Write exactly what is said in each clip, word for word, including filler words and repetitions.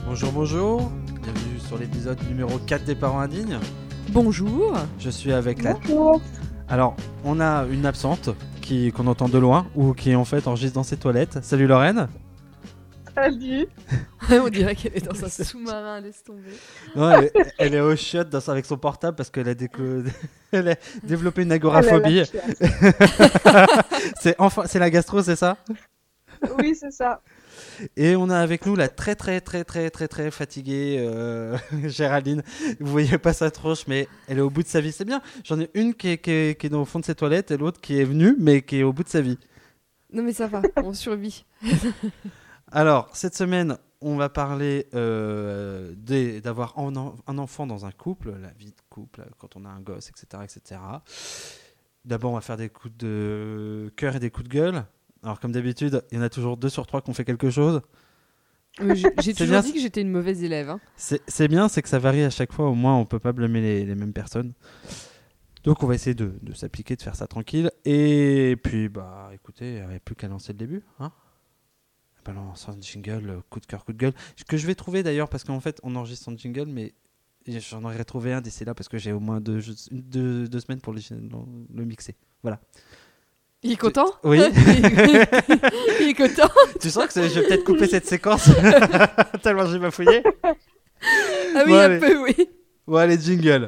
Bonjour, bonjour, bienvenue sur l'épisode numéro quatre des parents indignes. Bonjour. Je suis avec la... Bonjour. Alors, on a une absente qui, qu'on entend de loin ou qui en fait enregistre dans ses toilettes. Salut Lorraine. Salut. On dirait qu'elle est dans un sous-marin, laisse tomber. Non, elle, est, elle est au chiottes dans- avec son portable parce qu'elle a, déco... elle a développé une agoraphobie. Oh là là, c'est, enfin... c'est la gastro, c'est ça? oui, c'est ça. Et on a avec nous la très très très très très très fatiguée euh, Géraldine. Vous voyez pas sa tronche, mais elle est au bout de sa vie. C'est bien. J'en ai une qui est, qui est, qui est dans le fond de ses toilettes et l'autre qui est venue, mais qui est au bout de sa vie. Non mais ça va, on survit. Alors, cette semaine, on va parler euh, des- d'avoir un, en- un enfant dans un couple, la vie de couple, quand on a un gosse, et cetera, et cetera. D'abord, on va faire des coups de cœur et des coups de gueule. Alors, comme d'habitude, il y en a toujours deux sur trois qui ont fait quelque chose. Mais j'ai j'ai C'est toujours bien. dit que j'étais une mauvaise élève. Hein. C'est, c'est bien, c'est que ça varie à chaque fois. Au moins, on peut pas blâmer les, les mêmes personnes. Donc, on va essayer de, de s'appliquer, de faire ça tranquille. Et puis, bah, écoutez, il n'y avait plus qu'à lancer le début. Hein, balance un jingle, euh, coup de cœur, coup de gueule. Ce que je vais trouver d'ailleurs, parce qu'en fait, on enregistre un jingle, mais j'en aurais trouvé un d'ici là, parce que j'ai au moins deux, une- deux, deux semaines pour le, le mixer. Voilà. Il est content? Oui. Il est content? Tu sens que c'est- je vais peut-être couper cette séquence tellement j'ai bafouillé. Ah oui, Bon, un allez. peu, oui. Bon, allez, jingle.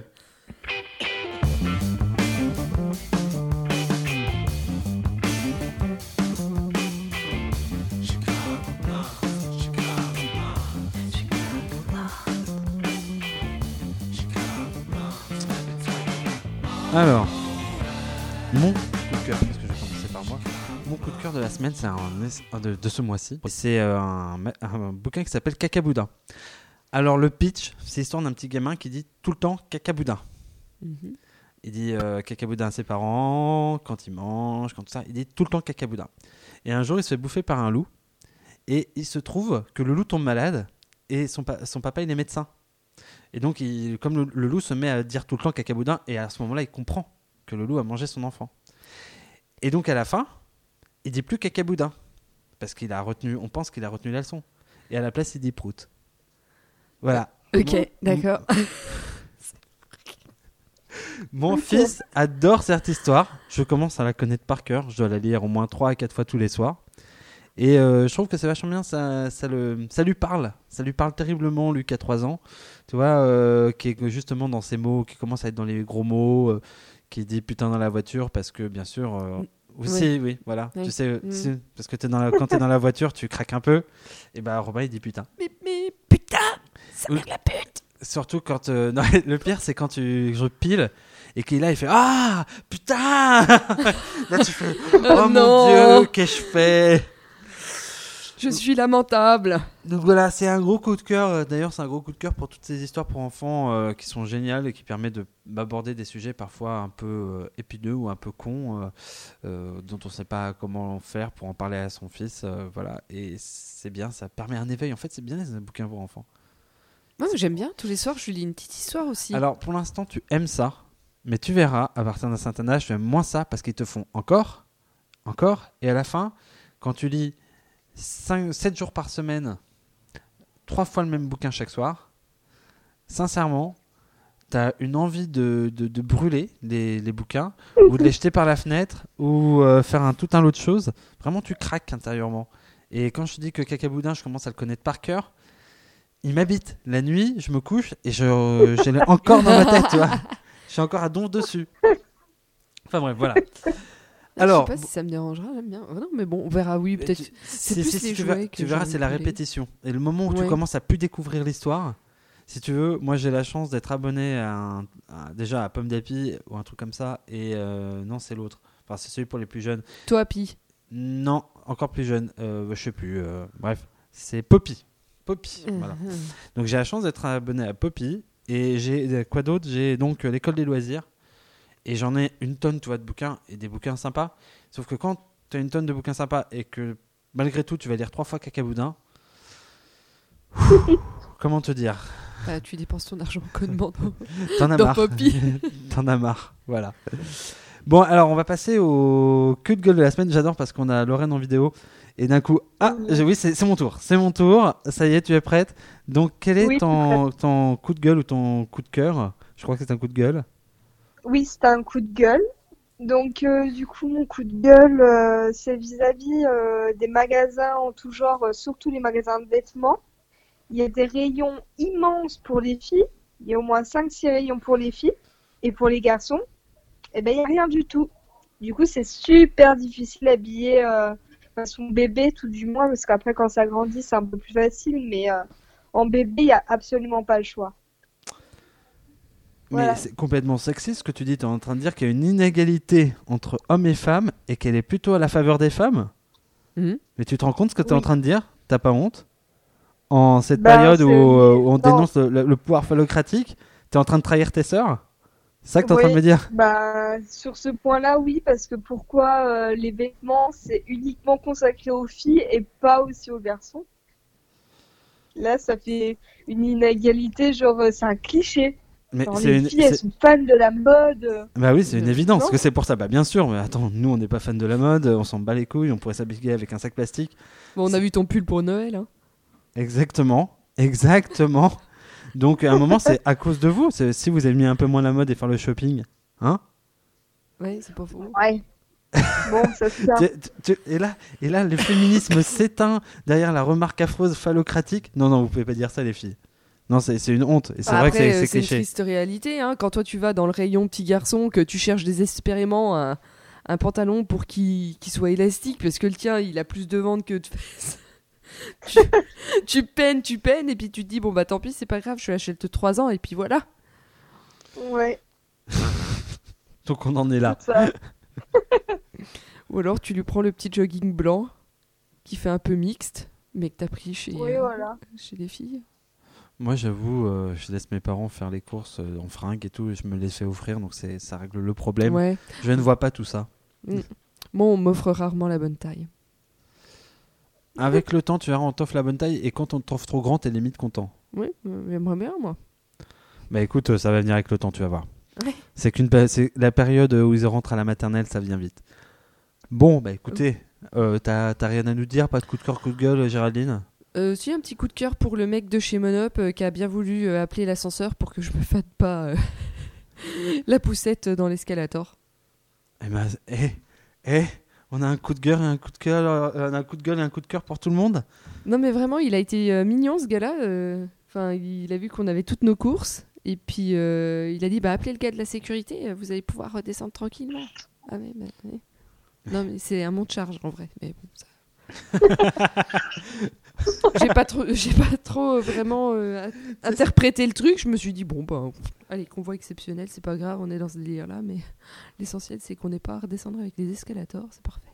Alors, mon coup de cœur, parce que je vais commencer par moi. Mon coup de cœur de la semaine, c'est un, un de, de ce mois-ci. Et c'est euh, un, ma- un bouquin qui s'appelle Cacaboudin. Alors, le pitch, c'est l'histoire d'un petit gamin qui dit tout le temps Cacaboudin. Mhm. Il dit euh, Cacaboudin à ses parents, quand il mange, quand tout ça. Il dit tout le temps Cacaboudin. Et un jour, il se fait bouffer par un loup. Et il se trouve que le loup tombe malade. Et son, pa- son papa, il est médecin. Et donc, il, comme le, le loup se met à dire tout le temps Cacaboudin, et à ce moment-là, il comprend que le loup a mangé son enfant. Et donc, à la fin, il dit plus Cacaboudin. Parce qu'il a retenu, on pense qu'il a retenu la leçon. Et à la place, il dit prout. Voilà. Ok, Mon- d'accord. Mon Ok. fils adore cette histoire. Je commence à la connaître par cœur. Je dois la lire au moins trois à quatre fois tous les soirs. Et euh, je trouve que c'est vachement bien. Ça, ça, le, ça lui parle. Ça lui parle terriblement, lui qui a trois ans. Tu vois, euh, qui est justement dans ces mots, qui commence à être dans les gros mots, euh, qui dit putain dans la voiture parce que bien sûr. Euh, aussi, oui, voilà. Oui. Tu sais, euh, Mm. tu- parce que t'es dans la, quand t'es dans la voiture, tu craques un peu. Et bah, Robin, il dit putain. Mais, mais putain, ça Oui. merde la pute. Surtout quand. euh, non, le pire, c'est quand tu, je pile et qu'il est là, il fait ah putain. Là, tu fais oh, Oh mon non. Dieu, qu'ai-je fait? Je suis lamentable. Donc voilà, c'est un gros coup de cœur. Euh, D'ailleurs, c'est un gros coup de cœur pour toutes ces histoires pour enfants euh, qui sont géniales et qui permettent de- d'aborder des sujets parfois un peu euh, épineux ou un peu cons, euh, euh, dont on ne sait pas comment faire pour en parler à son fils. euh, voilà, et c'est bien, ça permet un éveil. En fait, c'est bien les bouquins pour enfants. Moi, j'aime bien. Tous les soirs, je lui lis une petite histoire aussi. Alors, pour l'instant, tu aimes ça, mais tu verras, à partir d'un certain âge, tu aimes moins ça parce qu'ils te font encore, encore, et à la fin, quand tu lis cinq, sept jours par semaine, trois fois le même bouquin chaque soir, sincèrement, tu as une envie de, de, de brûler les, les bouquins, ou de les jeter par la fenêtre, ou euh, faire un, tout un lot de choses. Vraiment, tu craques intérieurement. Et quand je te dis que Cacaboudin, je commence à le connaître par cœur, il m'habite. La nuit, je me couche et je, je l'ai encore dans ma tête, tu vois. Je suis encore à donf dessus. Enfin bref, voilà. Alors, je sais pas si ça me dérangera, j'aime bien. Oh non, mais bon, on verra, oui, peut-être. tu- c'est si- plus si- si les tu jouets verras, que tu verras, j'ai c'est la envie de répétition. Et le moment où tu Ouais. commences à plus découvrir l'histoire, si tu veux, moi j'ai la chance d'être abonné à, un- à- déjà à Pomme d'Api ou un truc comme ça. Et euh, non, c'est l'autre. Enfin, c'est celui pour les plus jeunes. Toi, Pi. Non, encore plus jeune. Euh, je sais plus. euh, bref, c'est Poppy. Poppy, voilà. Mhm. Donc j'ai la chance d'être abonné à Poppy. Et j'ai quoi d'autre? J'ai donc euh, l'école des loisirs. Et j'en ai une tonne, tu vois, de bouquins et des bouquins sympas. Sauf que quand tu as une tonne de bouquins sympas et que malgré tout tu vas lire trois fois Cacaboudin, comment te dire? Bah, tu dépenses ton argent connement dans, T'en as dans marre. Poppy. T'en as marre, voilà. Bon, alors on va passer au coup de gueule de la semaine. J'adore parce qu'on a Lorraine en vidéo. Et d'un coup, ah, Oui. je- oui, c'est, c'est mon tour. C'est mon tour. Ça y est, tu es prête. Donc, quel est Oui, ton, ton coup de gueule ou ton coup de cœur? Je crois que c'est un coup de gueule. Oui, c'est un coup de gueule. Donc, euh, du coup, mon coup de gueule, euh, c'est vis-à-vis euh, des magasins en tout genre, euh, surtout les magasins de vêtements. Il y a des rayons immenses pour les filles. Il y a au moins cinq six rayons pour les filles. Et pour les garçons, eh ben, il n'y a rien du tout. Du coup, c'est super difficile d'habiller euh, enfin, son bébé, tout du moins, parce qu'après, quand ça grandit, c'est un peu plus facile. Mais euh, en bébé, il n'y a absolument pas le choix. Mais Voilà. c'est complètement sexiste ce que tu dis. Tu es en train de dire qu'il y a une inégalité entre hommes et femmes et qu'elle est plutôt à la faveur des femmes. Mhm. Mais tu te rends compte ce que tu es Oui. en train de dire? T'as pas honte? En cette Ben, période où, c'est- euh, où on non. dénonce le, le- le pouvoir phallocratique, tu es en train de trahir tes sœurs? C'est ça que tu es en train de Oui, me dire? bah, sur ce point-là, oui, parce que pourquoi euh, les vêtements, c'est uniquement consacré aux filles et pas aussi aux garçons? Là, ça fait une inégalité, genre, euh, c'est un cliché. Mais Genre, c'est les une, filles, elles c'est- sont fans de la mode. euh, Bah oui, c'est une Euh, évidence non. que c'est pour ça. Bah bien sûr, mais attends, nous on n'est pas fan de la mode, on s'en bat les couilles, on pourrait s'habiller avec un sac plastique. Bon, on a vu ton pull pour Noël. Hein. Exactement, exactement. Donc à un moment, c'est à cause de vous. C'est, si vous avez mis un peu moins la mode et faire le shopping, hein? Ouais, c'est pas faux. Ouais. Bon, ça se tient. Tu- tu- et là, et là, le féminisme s'éteint derrière la remarque affreuse phallocratique. Non, non, vous pouvez pas dire ça, les filles. Non, c'est, c'est une honte. Et c'est Bah, vrai après, que euh, c'est, c'est c'est une cliché. triste réalité. Hein. Quand toi, tu vas dans le rayon petit garçon, que tu cherches désespérément un, un pantalon pour qu'il qu'il soit élastique, parce que le tien, il a plus de ventre que de fesses. tu, tu peines, tu peines, et puis tu te dis, bon, bah tant pis, c'est pas grave, je l'achète trois ans, et puis voilà. Ouais, Donc on en est là. c'est ça. Ou alors, tu lui prends le petit jogging blanc, qui fait un peu mixte, mais que t'as pris chez, Oui, euh, voilà. chez les filles. Moi, j'avoue, euh, je laisse mes parents faire les courses euh, en fringues et tout, et je me les fais offrir, donc c'est, ça règle le problème. Ouais. Je ne vois pas tout ça. Moi, on m'offre rarement la bonne taille. Avec le temps, tu verras, on t'offre la bonne taille, et quand on t'offre trop grand, t'es limite content. Oui, euh, j'aimerais bien, moi. Bah écoute, euh, ça va venir avec le temps, tu vas voir. Ouais. C'est qu'une pa- c'est la période où ils rentrent à la maternelle, ça vient vite. Bon, bah écoutez, euh, t'as, t'as rien à nous dire, pas de coup de cœur, coup de gueule, Géraldine? Euh, si, un petit coup de cœur pour le mec de chez Monop euh, qui a bien voulu euh, appeler l'ascenseur pour que je me fasse pas euh, la poussette dans l'escalator. Eh ben, eh, eh, on a un coup de gueule et un coup de cœur, euh, on a un coup de gueule et un coup de cœur pour tout le monde. Non, mais vraiment, il a été euh, mignon, ce gars-là. euh. Enfin, il a vu qu'on avait toutes nos courses. Et puis, euh, il a dit, bah, appelez le gars de la sécurité, euh, vous allez pouvoir redescendre tranquillement. Ah ouais, bah, ouais. Non, mais c'est un monte charge, en vrai. Mais bon, ça... j'ai pas trop, j'ai pas trop euh, vraiment euh, a- interprété le truc. Je me suis dit, bon, bah, pff, allez, convoi exceptionnel, c'est pas grave, on est dans ce délire-là. Mais l'essentiel, c'est qu'on n'ait pas à redescendre avec les escalators, c'est parfait.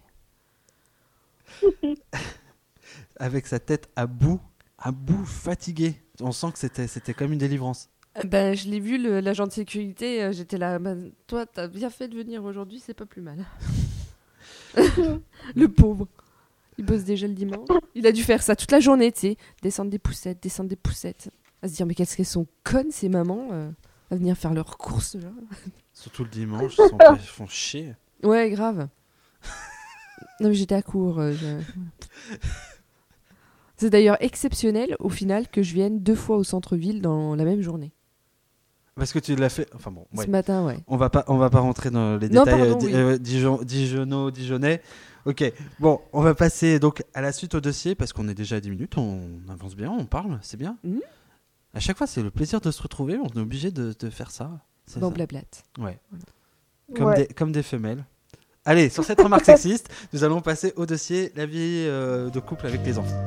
Avec sa tête à bout, à bout, fatigué. On sent que c'était, c'était comme une délivrance. Euh, Ben, je l'ai vu, le- l'agent de sécurité, euh, j'étais là, ben, toi, t'as bien fait de venir aujourd'hui, c'est pas plus mal. Le pauvre. Il bosse déjà le dimanche. Il a dû faire ça toute la journée, tu sais. Descendre des poussettes, descendre des poussettes. À se dire, mais qu'est-ce qu'elles sont connes, ces mamans, euh, à venir faire leurs courses, là. Surtout le dimanche, ils, sont pas- ils font chier. Ouais, grave. Non, mais j'étais à court. euh, je- C'est d'ailleurs exceptionnel, au final, que je vienne deux fois au centre-ville dans la même journée. Parce que tu l'as fait. Enfin bon, ouais. Ce matin, ouais. On va pas, on va pas rentrer dans les Non, détails pardon, euh, di- oui. euh, Dijon, Dijonaux, Dijonnais. Ok, bon, on va passer donc à la suite au dossier parce qu'on est déjà à dix minutes, on avance bien, on parle, c'est bien. Mhm. À chaque fois, c'est le plaisir de se retrouver, on est obligé de, de faire ça. C'est Bon, ça. blablate. Ouais. Comme, Ouais. des, comme des femelles. Allez, sur cette remarque sexiste, nous allons passer au dossier la vie euh, de couple avec les enfants.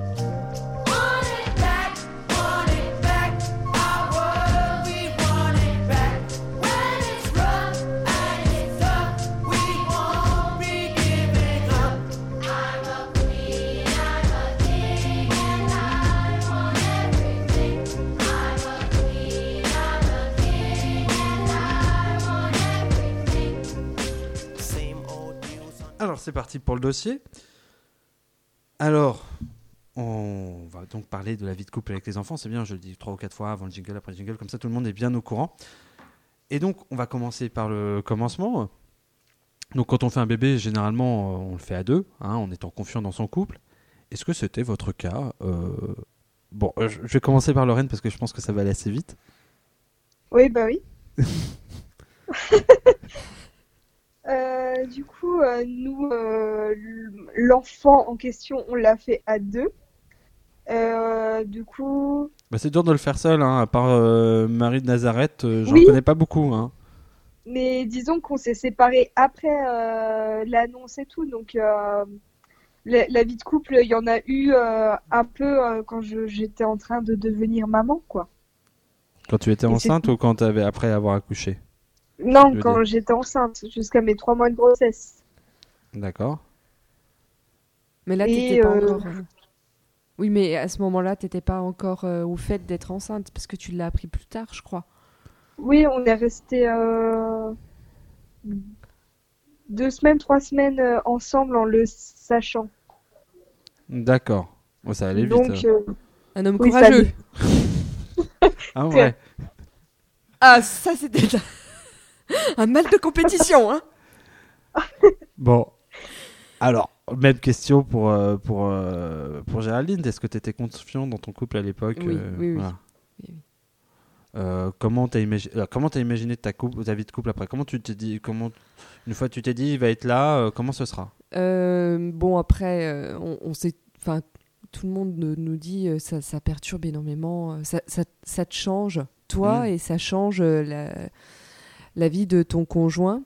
Alors, c'est parti pour le dossier. Alors, on va donc parler de la vie de couple avec les enfants. C'est bien, je le dis trois ou quatre fois avant le jingle, après le jingle, comme ça tout le monde est bien au courant. Et donc, on va commencer par le commencement. Donc quand on fait un bébé, généralement, euh, on le fait à deux, hein, en étant confiant dans son couple. Est-ce que c'était votre cas? euh... Bon, euh, je je vais commencer par Lorraine parce que je pense que ça va aller assez vite. Oui, bah oui. Euh, du coup, euh, nous, euh, l- l'enfant en question, on l'a fait à deux. Euh, du coup, Bah, c'est dur de le faire seul, hein, à part euh, Marie de Nazareth, euh, j'en oui, connais pas beaucoup. Hein. mais disons qu'on s'est séparés après euh, l'annonce et tout. Donc, euh, la, la vie de couple, il y en a eu euh, un peu euh, quand je- j'étais en train de devenir maman, quoi. Quand tu étais Et c'est enceinte ou quand t'avais après avoir accouché, non, je veux dire. quand j'étais enceinte, jusqu'à mes trois mois de grossesse. D'accord. Mais là, t'étais Et pas euh, encore. euh, Oui, mais à ce moment-là, t'étais pas encore euh, au fait d'être enceinte parce que tu l'as appris plus tard, je crois. oui, on est resté euh, deux semaines, trois semaines euh, ensemble en le sachant. D'accord. Oh, ça allait vite. Donc, euh. euh, Un homme oui, ça courageux. allait. Ah ouais. Ah, ça, c'était un mal de compétition, hein. Bon. Alors, même question pour, euh, pour, euh, pour Géraldine. Est-ce que tu étais confiant dans ton couple à l'époque? Oui, euh, oui, oui. voilà. Oui, oui. Euh, comment t'as imagi- euh, comment t'as imaginé ta, couple, ta vie de couple après? Comment tu t'es dit, comment, une fois que tu t'es dit il va être là, euh, comment ce sera? Euh, bon, après, euh, on, on sait. Enfin, tout le monde nous nous dit euh, ça, ça perturbe énormément. euh, Ça, ça, ça te change, toi, Mm. et ça change euh, la, la vie de ton conjoint.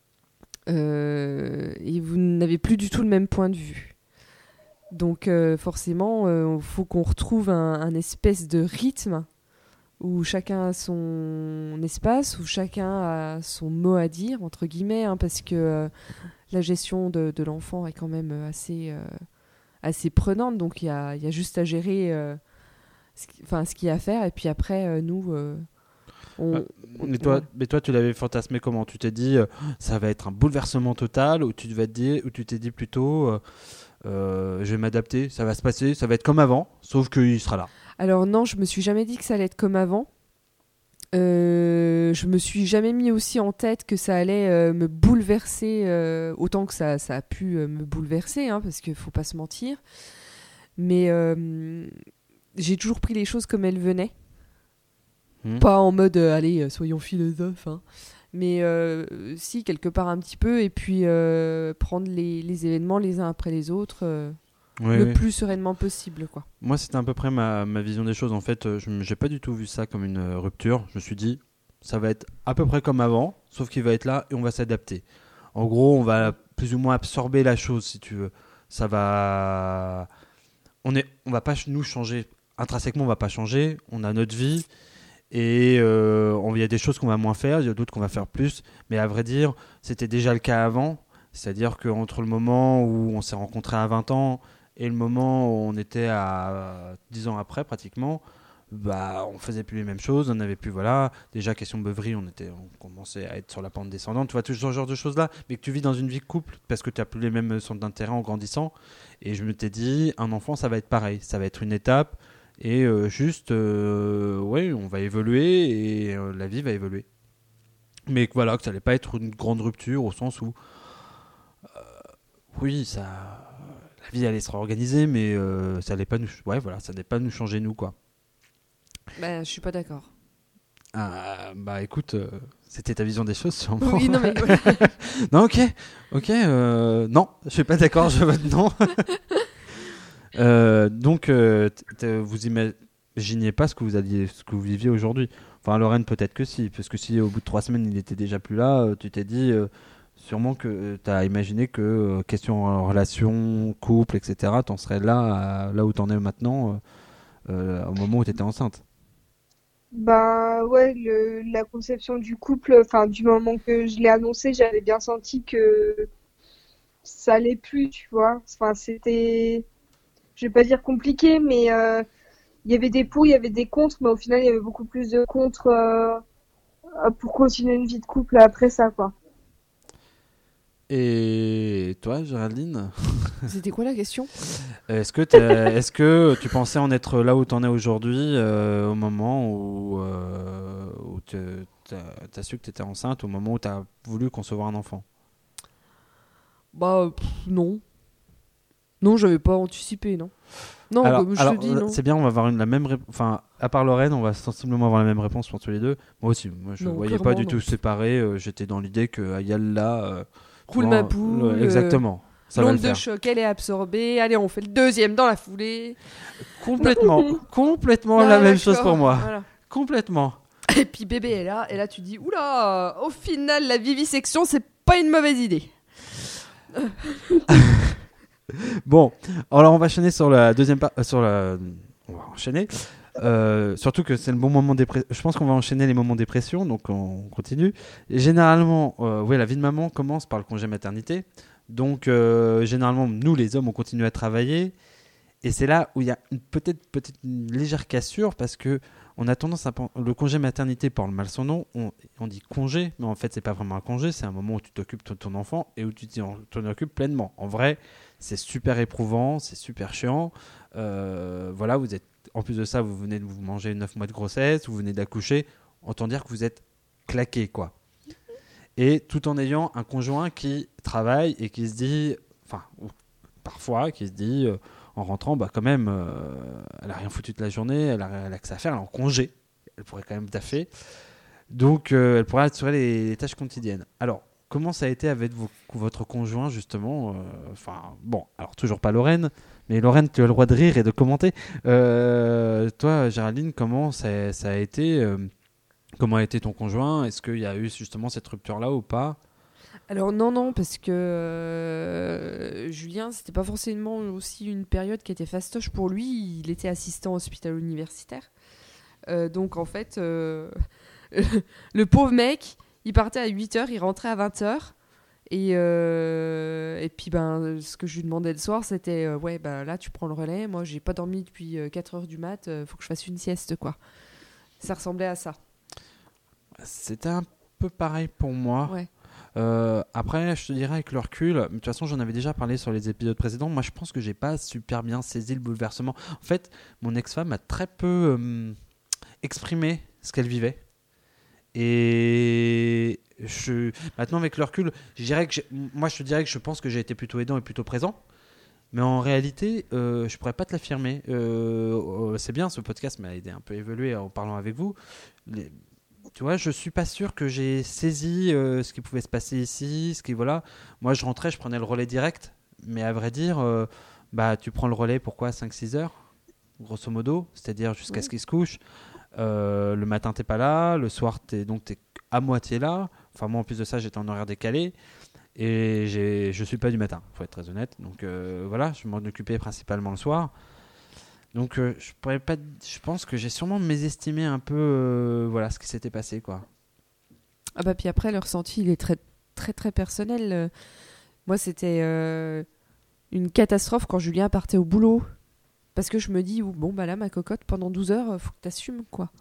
Euh, et vous n'avez plus du tout le même point de vue. Donc, euh, forcément, il faut qu'on retrouve un, un espèce de rythme où chacun a son espace, où chacun a son mot à dire, entre guillemets, hein, parce que euh, la gestion de, de l'enfant est quand même assez, euh, assez prenante. Donc, il y a, il y a juste à gérer euh, ce qui- enfin, ce qu'il y a à faire. Et puis après, euh, nous, euh, Ah, on, on- mais toi, ouais. mais toi, tu l'avais fantasmé comment? Tu t'es dit, euh, ça va être un bouleversement total, ou tu devais te dire, ou tu t'es dit plutôt, euh, euh, je vais m'adapter, ça va se passer, ça va être comme avant, sauf qu'il sera là. Alors non, je me suis jamais dit que ça allait être comme avant. Euh, je me suis jamais mis aussi en tête que ça allait euh, me bouleverser euh, autant que ça, ça a pu euh, me bouleverser, hein, parce qu'il faut pas se mentir. Mais euh, j'ai toujours pris les choses comme elles venaient, Hmm. pas en mode euh, allez euh, soyons philosophes, hein. Mais euh, si quelque part un petit peu, et puis euh, prendre les, les événements les uns après les autres euh, Oui, le oui. plus sereinement possible, quoi. Moi, c'était à peu près ma, ma vision des choses. En fait, euh, je n'ai pas du tout vu ça comme une euh, rupture. Je me suis dit, ça va être à peu près comme avant, sauf qu'il va être là et on va s'adapter. En gros, on va plus ou moins absorber la chose, si tu veux. Ça va... On est, on va pas ch- nous changer. Intrinsèquement, on va pas changer. On a notre vie. Et euh, on- il y a des choses qu'on va moins faire, il y a d'autres qu'on va faire plus. Mais à vrai dire, c'était déjà le cas avant. C'est-à-dire qu'entre le moment où on s'est rencontrés à vingt ans et le moment où on était à euh, dix ans après, pratiquement, bah, on faisait plus les mêmes choses. On n'avait plus, voilà, déjà question beuverie, on, était, on commençait à être sur la pente descendante. Tu vois, tout ce genre de choses-là. Mais que tu vis dans une vie de couple parce que tu n'as plus les mêmes centres d'intérêt en grandissant. Et je me t'ai dit, un enfant, ça va être pareil. Ça va être une étape. Et euh, juste, euh, ouais, on va évoluer et euh, la vie va évoluer. Mais que voilà, que ça allait pas être une grande rupture au sens où, oui, ça, la vie allait se réorganiser, mais euh, ça allait pas nous, ouais, voilà, ça allait pas nous changer nous quoi. Ben, je suis pas d'accord. Ah, bah écoute, euh, c'était ta vision des choses sûrement. Oui, non mais voilà. Non, ok, ok, euh, non, je suis pas d'accord, je vote non. Euh, donc, euh, t- t- vous imaginiez pas ce que vous alliez, ce que vous viviez aujourd'hui. Enfin, Lorraine, peut-être que si, parce que si au bout de trois semaines il était déjà plus là, euh, tu t'es dit euh, sûrement que tu as imaginé que euh, question euh, relation, couple, et cetera, t'en serais là, à- là où t'en es maintenant, euh, euh, au moment où t'étais enceinte. bah ouais, le, la conception du couple, enfin du moment que je l'ai annoncé, j'avais bien senti que ça allait plus, tu vois. Enfin, c'était, je vais pas dire compliqué, mais euh, il y avait des pour, il y avait des contre, mais au final, il y avait beaucoup plus de contre euh, euh, pour continuer une vie de couple après ça, quoi. Et toi, Géraldine, C'était quoi la question? est-ce que, t'es- est-ce que tu pensais en être là où t'en es aujourd'hui euh, au moment où, euh, où tu as su que tu étais enceinte, au moment où tu as voulu concevoir un enfant? Bah, pff, non. Non, j'avais pas anticipé, non. Non, alors, comme je alors, te dis, non. c'est bien, on va avoir une, la même réponse. Enfin, à part Lorraine, on va sensiblement avoir la même réponse pour tous les deux. Moi aussi, moi je Non, voyais pas clairement, du non. tout séparé. euh, J'étais dans l'idée que Ayal là. euh, Roule bon, ma euh, poule. exactement. Ça va le L'onde de faire. choc, elle est absorbée. Allez, on fait le deuxième dans la foulée. Complètement, complètement Ah, la même d'accord. chose pour moi. Voilà. Complètement. Et puis bébé est là, et là tu dis oula, au final la vivisection c'est pas une mauvaise idée. Bon, alors on va enchaîner sur la deuxième part. Sur la, on va enchaîner. Euh, surtout que c'est le bon moment dépression. Je pense qu'on va enchaîner les moments dépression, donc on continue. Et généralement, euh, ouais, la vie de maman commence par le congé maternité. Donc euh, généralement, nous les hommes, on continue à travailler. Et c'est là où il y a une- peut-être peut-être une légère cassure parce que on a tendance à pen- le congé maternité porte mal son nom. On, on dit congé, mais en fait c'est pas vraiment un congé. C'est un moment où tu t'occupes de ton enfant et où tu t'en t'en occupes pleinement. En vrai, c'est super éprouvant, c'est super chiant. Euh, voilà, vous êtes en plus de ça, vous venez de vous manger neuf mois de grossesse, vous venez d'accoucher. Autant dire que vous êtes claqué, quoi. Et tout en ayant un conjoint qui travaille et qui se dit, enfin, ou parfois, qui se dit, euh, en rentrant, bah quand même, euh, elle a rien foutu de la journée, elle a, elle a que ça à faire, elle est en congé, elle pourrait quand même taffer, donc euh, elle pourrait assurer les, les tâches quotidiennes. Alors, comment ça a été avec vos- votre conjoint, justement euh, Enfin, bon, alors toujours pas Lorraine, mais Lorraine, tu as le droit de rire et de commenter. Euh, toi, Géraldine, comment ça, ça a été euh, Comment a été ton conjoint? Est-ce qu'il y a eu justement cette rupture-là ou pas? Alors non non parce que euh, Julien c'était pas forcément aussi une période qui était fastoche pour lui, il était assistant hospitalo-universitaire. Euh, donc en fait euh, le pauvre mec il partait à huit heures, il rentrait à vingt heures. Et, euh, et puis ben, ce que je lui demandais le soir, c'était euh, ouais, ben là tu prends le relais. Moi, j'ai pas dormi depuis euh, quatre heures du mat. euh, faut que je fasse une sieste, quoi. Ça ressemblait à ça. C'était un peu pareil pour moi. Ouais. Euh, après, je te dirais avec le recul, mais de toute façon, j'en avais déjà parlé sur les épisodes précédents. Moi, je pense que j'ai pas super bien saisi le bouleversement. En fait, mon ex-femme a très peu euh, exprimé ce qu'elle vivait. Et je, maintenant, avec le recul, je dirais que j'ai- moi, je te dirais que je pense que j'ai été plutôt aidant et plutôt présent. Mais en réalité, euh, je pourrais pas te l'affirmer. Euh, euh, c'est bien, ce podcast m'a aidé un peu à évoluer en parlant avec vous. Les- tu vois, je suis pas sûr que j'ai saisi euh, ce qui pouvait se passer ici, ce qui voilà. Moi, je rentrais, je prenais le relais direct, mais à vrai dire, euh, bah, tu prends le relais pourquoi cinq six heures, grosso modo, c'est-à-dire jusqu'à Ouais. ce qu'il se couche. Euh, le matin, t'es pas là, le soir, t'es donc t'es à moitié là. Enfin, moi, en plus de ça, j'étais en horaire décalé et j'ai, je suis pas du matin, faut être très honnête. Donc euh, voilà, je m'en occupais principalement le soir. Donc euh, je pourrais pas, je pense que j'ai sûrement mésestimé un peu, euh, voilà, ce qui s'était passé, quoi. Ah bah puis après le ressenti il est très très très personnel. Euh, Moi c'était euh, une catastrophe quand Julien partait au boulot parce que je me dis oh, bon bah là ma cocotte pendant douze heures euh, faut que t'assumes quoi.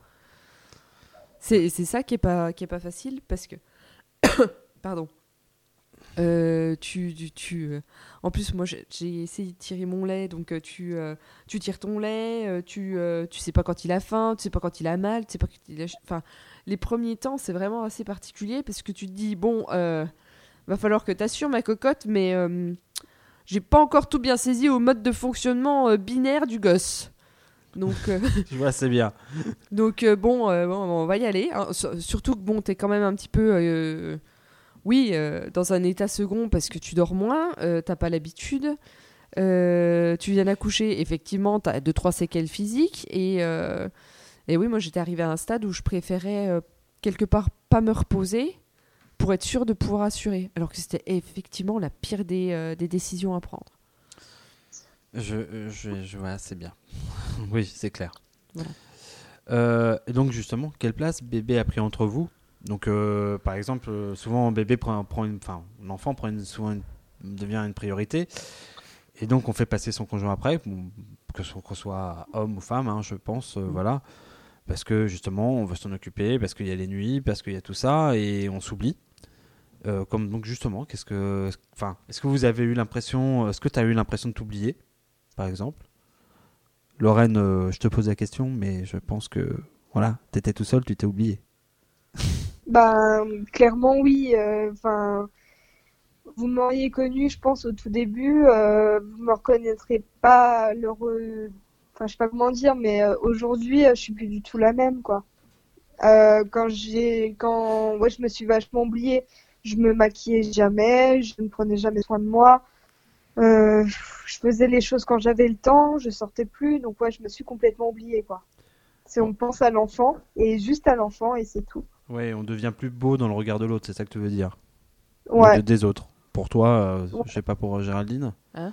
C'est c'est ça qui est pas qui est pas facile parce que pardon. Euh, tu, tu, tu, euh, En plus, moi, j'ai j'ai essayé de tirer mon lait, donc euh, tu, euh, tu tires ton lait, euh, tu, euh, tu sais pas quand il a faim, tu sais pas quand il a mal, tu sais pas quand il a... Enfin, les premiers temps, c'est vraiment assez particulier parce que tu te dis, bon, euh, va falloir que t'assures ma cocotte, mais euh, j'ai pas encore tout bien saisi au mode de fonctionnement euh, binaire du gosse. Donc, euh, Je vois, c'est bien. donc euh, bon, euh, bon, on va y aller. Hein. S- Surtout que bon, t'es quand même un petit peu... euh, Oui, euh, dans un état second parce que tu dors moins, euh, t'as pas l'habitude, euh, tu viens d'accoucher, effectivement, t'as deux trois séquelles physiques et, euh, et oui, moi j'étais arrivée à un stade où je préférais euh, quelque part pas me reposer pour être sûre de pouvoir assurer, alors que c'était effectivement la pire des, euh, des décisions à prendre. Je, euh, je, je vois, c'est bien. Oui, c'est clair. Voilà. Euh, et donc justement, quelle place bébé a pris entre vous? Donc euh, par exemple, euh, souvent bébé prend, prend une, enfin l'enfant prend une, souvent une- devient une priorité, et donc on fait passer son conjoint après, bon, que ce qu'on soit homme ou femme, hein, je pense, euh, Mm. voilà, parce que justement on veut s'en occuper, parce qu'il y a les nuits, parce qu'il y a tout ça, et on s'oublie. Euh, comme donc justement, qu'est-ce que, enfin, est-ce que vous avez eu l'impression, est-ce que tu as eu l'impression de t'oublier, par exemple? Lorraine, euh, je te pose la question, mais je pense que voilà, t'étais tout seul, tu t'es oublié. Bah, clairement, oui. euh, Enfin, vous m'auriez connu, je pense, au tout début, euh, vous me reconnaîtrez pas le re- enfin, je sais pas comment dire, mais euh, aujourd'hui, euh, je suis plus du tout la même, quoi. Euh, quand j'ai, quand, ouais, je me suis vachement oubliée. Je me maquillais jamais, je ne prenais jamais soin de moi. Euh, je faisais les choses quand j'avais le temps, je sortais plus, donc ouais, je me suis complètement oubliée, quoi. C'est Bon. on pense à l'enfant et juste à l'enfant et c'est tout. Ouais, on devient plus beau dans le regard de l'autre, c'est ça que tu veux dire. Ou de, Ouais. des autres. Pour toi, euh, Ouais. je sais pas pour Géraldine. Hein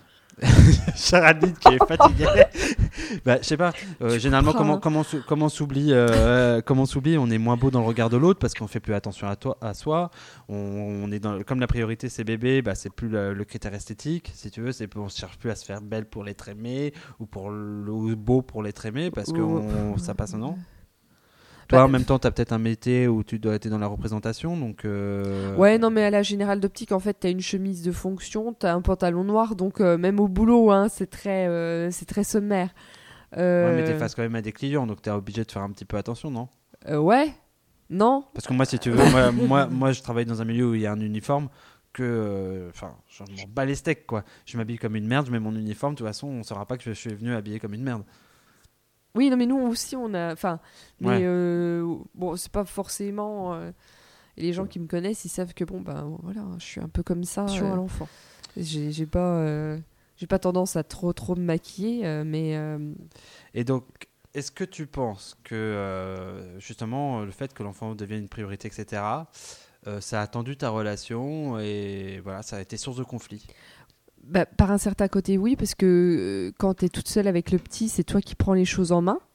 Géraldine qui est fatiguée. Bah, je sais pas. euh, Tu généralement, comprends, comment hein. comment s'ou- comment s'oublie euh, comment s'oublie, on est moins beau dans le regard de l'autre parce qu'on fait plus attention à toi à soi. On, on est dans comme la priorité c'est bébé, bah c'est plus le, le critère esthétique, si tu veux. C'est on cherche plus à se faire belle pour l'être aimé ou pour le ou beau pour l'être aimé parce que Ou- on- ça passe un an. Bah, Toi, en même temps, tu as peut-être un métier où tu dois être dans la représentation, donc. euh, Ouais, non, mais à la Générale d'Optique, en fait, t'as une chemise de fonction, t'as un pantalon noir, donc euh, même au boulot, hein, c'est très, euh, c'est très sommaire. Ouais, mais t'es Euh, face quand même à des clients, donc t'es obligé de faire un petit peu attention, non? euh, ouais, non. Parce que moi, si tu veux, moi, moi, moi, je travaille dans un milieu où il y a un uniforme que. Enfin, je m'en bats les steaks, quoi. Je m'habille comme une merde, je mets mon uniforme, de toute façon, on saura pas que je suis venu habillé comme une merde. Oui, non, mais nous aussi, on a. Enfin, mais Ouais. euh, bon, c'est pas forcément. euh, Et les gens qui me connaissent, ils savent que bon, ben voilà, je suis un peu comme ça. Attention euh, à l'enfant. J'ai j'ai pas, euh, j'ai pas tendance à trop trop me maquiller, euh, mais euh, Et donc, est-ce que tu penses que, euh, justement, le fait que l'enfant devienne une priorité, et cetera, euh, ça a tendu ta relation et voilà, ça a été source de conflit? bah, par un certain côté, oui, parce que euh, quand t'es toute seule avec le petit, c'est toi qui prends les choses en main.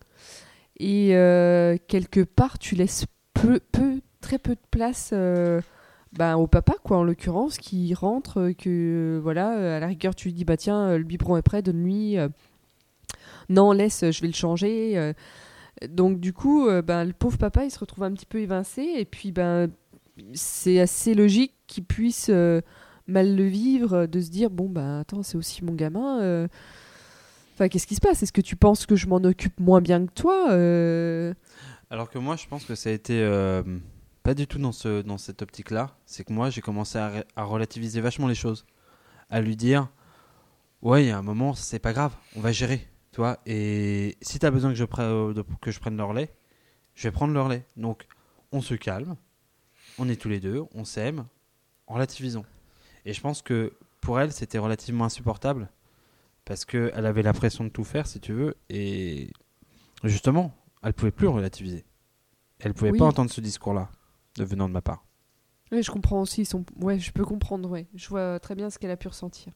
Et euh, quelque part, tu laisses peu, peu, très peu de place euh, ben, au papa, quoi, en l'occurrence, qui rentre, euh, que euh, voilà, euh, à la rigueur, tu lui dis, bah tiens, euh, le biberon est prêt, donne-lui. euh, non, laisse, euh, je vais le changer. euh. Donc, du coup, euh, ben, le pauvre papa, il se retrouve un petit peu évincé. Et puis, ben, c'est assez logique qu'il puisse euh, mal le vivre, euh, de se dire, bon, ben, attends, c'est aussi mon gamin. euh. Enfin, qu'est-ce qui se passe? Est-ce que tu penses que je m'en occupe moins bien que toi? euh Alors que moi, je pense que ça a été euh, pas du tout dans, ce, dans cette optique-là. C'est que moi, j'ai commencé à, ré- à relativiser vachement les choses. À lui dire, ouais, il y a un moment, c'est pas grave, on va gérer. Tu vois, et si tu as besoin que je, pre- de- que je prenne le relais, je vais prendre le relais. Donc, on se calme, on est tous les deux, on s'aime, relativisons. Et je pense que pour elle, c'était relativement insupportable parce qu'elle avait la pression de tout faire, si tu veux, et justement, elle pouvait plus relativiser. Elle pouvait Oui. pas entendre ce discours-là, de venant de ma part. Oui, je comprends aussi. Son... Ouais, je peux comprendre. Ouais, je vois très bien ce qu'elle a pu ressentir.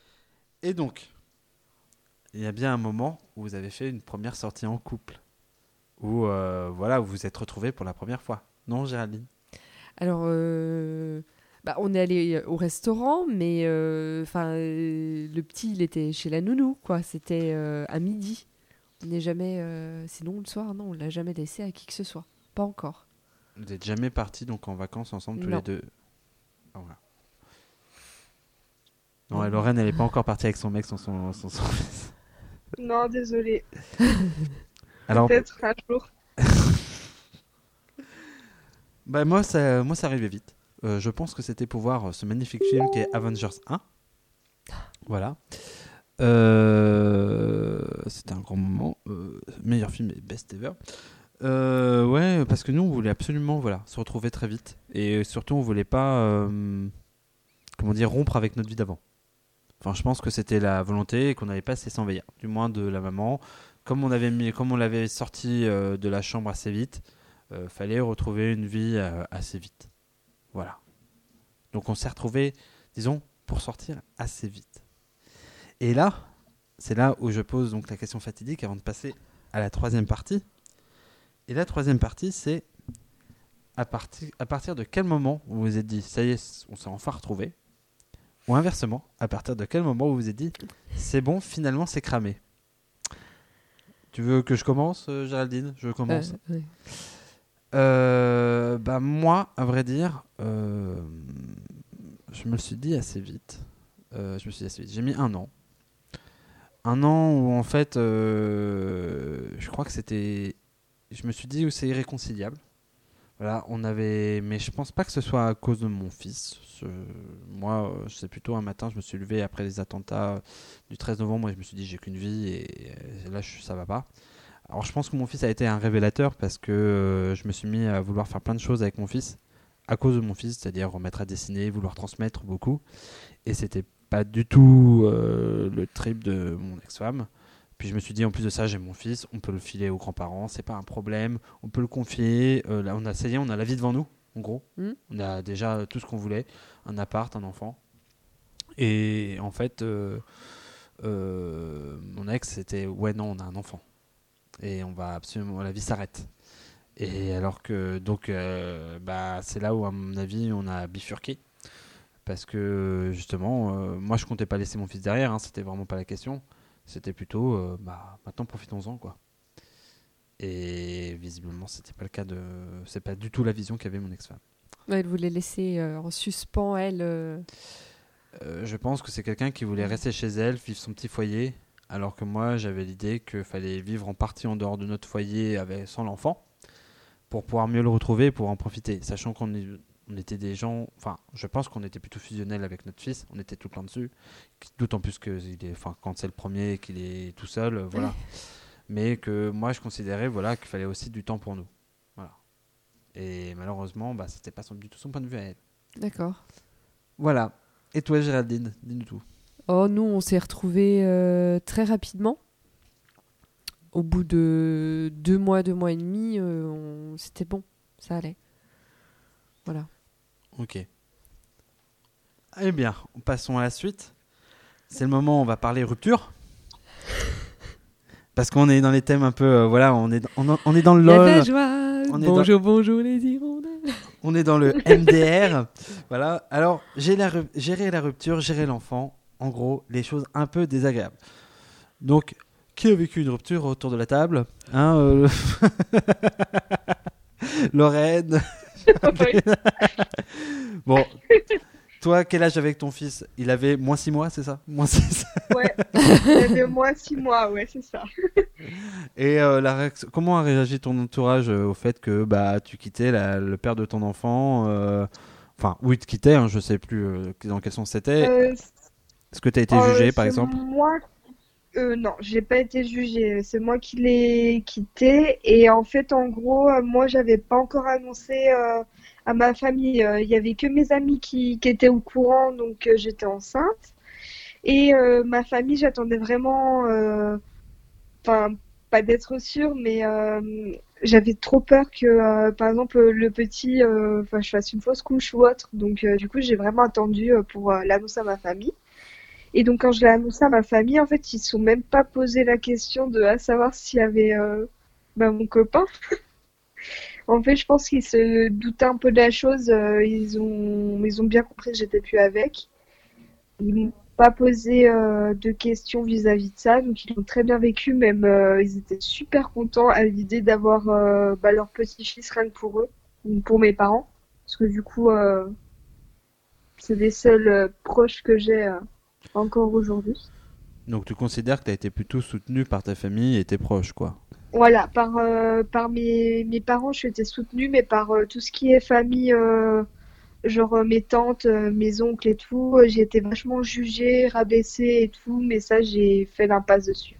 Et donc, il y a bien un moment où vous avez fait une première sortie en couple, où euh, voilà, vous vous êtes retrouvés pour la première fois. Non, Géraldine? Alors, euh, bah, on est allé au restaurant, mais euh, enfin, euh, le petit, il était chez la nounou, quoi. C'était euh, à midi. On n'est jamais. euh, Sinon, le soir, non, on l'a jamais laissé à qui que ce soit. Pas encore. Vous n'êtes jamais partis donc en vacances ensemble tous Non. les deux? Ah, voilà. Non, et Lorraine, elle n'est pas encore partie avec son mec sans son, sans son fils. Non, désolé. Alors, Peut-être un jour. bah, moi, ça, moi, ça arrivait vite. Euh, je pense que c'était pour voir ce magnifique film qui est Avengers un. Voilà. Euh, c'était un grand moment. Euh, meilleur film et best ever. Euh, ouais, parce que nous, on voulait absolument voilà, se retrouver très vite. Et surtout, on voulait pas euh, comment dire, rompre avec notre vie d'avant. Enfin, je pense que c'était la volonté et qu'on n'allait pas se laisser envahir. Du moins de la maman. Comme on, avait mis, comme on l'avait sorti euh, de la chambre assez vite, euh, fallait retrouver une vie euh, assez vite. Voilà. Donc on s'est retrouvés, disons, pour sortir assez vite. Et là, c'est là où je pose donc la question fatidique avant de passer à la troisième partie. Et la troisième partie, c'est à, parti- à partir de quel moment vous vous êtes dit, ça y est, on s'est enfin retrouvés. Ou inversement, à partir de quel moment vous vous êtes dit, c'est bon, finalement c'est cramé. Tu veux que je commence, euh, Géraldine? Je commence. Euh, ouais. Euh, bah moi, à vrai dire, euh, je me le suis dit assez vite. Euh, je me suis dit assez vite. J'ai mis un an. Un an où en fait, euh, je crois que c'était. Je me suis dit où c'est irréconciliable. Voilà, on avait, mais je pense pas que ce soit à cause de mon fils. Ce- Moi, euh, c'est plutôt un matin, je me suis levé après les attentats du treize novembre et je me suis dit j'ai qu'une vie et, et là je, ça va pas. Alors je pense que mon fils a été un révélateur parce que euh, je me suis mis à vouloir faire plein de choses avec mon fils à cause de mon fils, c'est-à-dire remettre à dessiner, vouloir transmettre beaucoup. Et c'était pas du tout euh, le trip de mon ex-femme. Puis je me suis dit, en plus de ça, j'ai mon fils, on peut le filer aux grands-parents, c'est pas un problème, on peut le confier. Euh, là, on a, ça y est, on a la vie devant nous, en gros. Mm. On a déjà tout ce qu'on voulait, un appart, un enfant. Et en fait, euh, euh, mon ex, c'était, ouais, non, on a un enfant. Et on va absolument, la vie s'arrête. Et alors que, donc, euh, bah, c'est là où, à mon avis, on a bifurqué. Parce que, justement, euh, moi, je comptais pas laisser mon fils derrière, hein, c'était vraiment pas la question. C'était plutôt, euh, bah, maintenant, profitons-en, quoi. Et visiblement, c'était pas le cas de. C'est pas du tout la vision qu'avait mon ex-femme. Ouais, elle voulait laisser euh, en suspens, elle. euh, Euh, je pense que c'est quelqu'un qui voulait rester chez elle, vivre son petit foyer, alors que moi, j'avais l'idée qu'il fallait vivre en partie en dehors de notre foyer avec, sans l'enfant, pour pouvoir mieux le retrouver et pour en profiter. Sachant qu'on est- on était des gens. Enfin, je pense qu'on était plutôt fusionnels avec notre fils, on était tout le temps dessus. D'autant plus que il est, enfin, quand c'est le premier et qu'il est tout seul, euh, voilà. Mais que moi, je considérais voilà, qu'il fallait aussi du temps pour nous. Voilà. Et malheureusement, bah, c'était pas son, du tout son point de vue à elle. D'accord. Voilà. Et toi, Géraldine, dis-nous tout. Oh, nous, on s'est retrouvés euh, très rapidement. Au bout de deux mois, deux mois et demi, euh, on... c'était bon, ça allait. Voilà. Ok. Eh bien, passons à la suite. C'est le moment où on va parler rupture. Parce qu'on est dans les thèmes un peu. euh, voilà, on est, dans- on, on est dans le Il y a de la LOL, joie. on est Bonjour, bonjour les hirondelles. on est dans le M D R. Voilà. Alors, gérer la, ru- gérer la rupture, gérer l'enfant. En gros, les choses un peu désagréables. Donc, qui a vécu une rupture autour de la table hein, euh, Lorraine. Oui. Bon, toi, quel âge avec ton fils? Il avait moins six mois, c'est ça? Moins six. Ouais, il y avait moins six mois, ouais, c'est ça. Et euh, la réaction- comment a réagi ton entourage euh, au fait que bah, tu quittais la- le père de ton enfant euh, Enfin, où il te quittait, hein, je sais plus euh, dans quel sens c'était. Euh, Est-ce que tu as été euh, jugé, par c'est exemple? moi. Euh, non, j'ai pas été jugée. C'est moi qui l'ai quitté. Et en fait, en gros, euh, moi, j'avais pas encore annoncé euh, à ma famille. Euh, Il y avait que mes amis qui, qui étaient au courant, donc euh, j'étais enceinte. Et euh, ma famille, j'attendais vraiment, euh, enfin, pas d'être sûre, mais euh, j'avais trop peur que, euh, par exemple, le petit, euh, enfin, je fasse une fausse couche ou autre. Donc, euh, du coup, j'ai vraiment attendu euh, pour euh, l'annoncer à ma famille. Et donc, quand je l'ai annoncé à ma famille, en fait, ils se sont même pas posé la question de à savoir s'il y avait euh, bah, mon copain. En fait, je pense qu'ils se doutaient un peu de la chose. euh, ils ont, ils ont bien compris que j'étais plus avec. Ils m'ont pas posé euh, de questions vis-à-vis de ça, donc ils l'ont très bien vécu. Même, euh, ils étaient super contents à l'idée d'avoir euh, bah, leur petit-fils rien que pour eux, ou pour mes parents, parce que du coup, euh, c'est les seuls euh, proches que j'ai euh, encore aujourd'hui. Donc, tu considères que tu as été plutôt soutenu par ta famille et tes proches, quoi. Voilà, par, euh, par mes, mes parents, je été soutenue, mais par euh, tout ce qui est famille, euh, genre euh, mes tantes, euh, mes oncles et tout, euh, j'ai été vachement jugée, rabaissée et tout, mais ça, j'ai fait l'impasse dessus.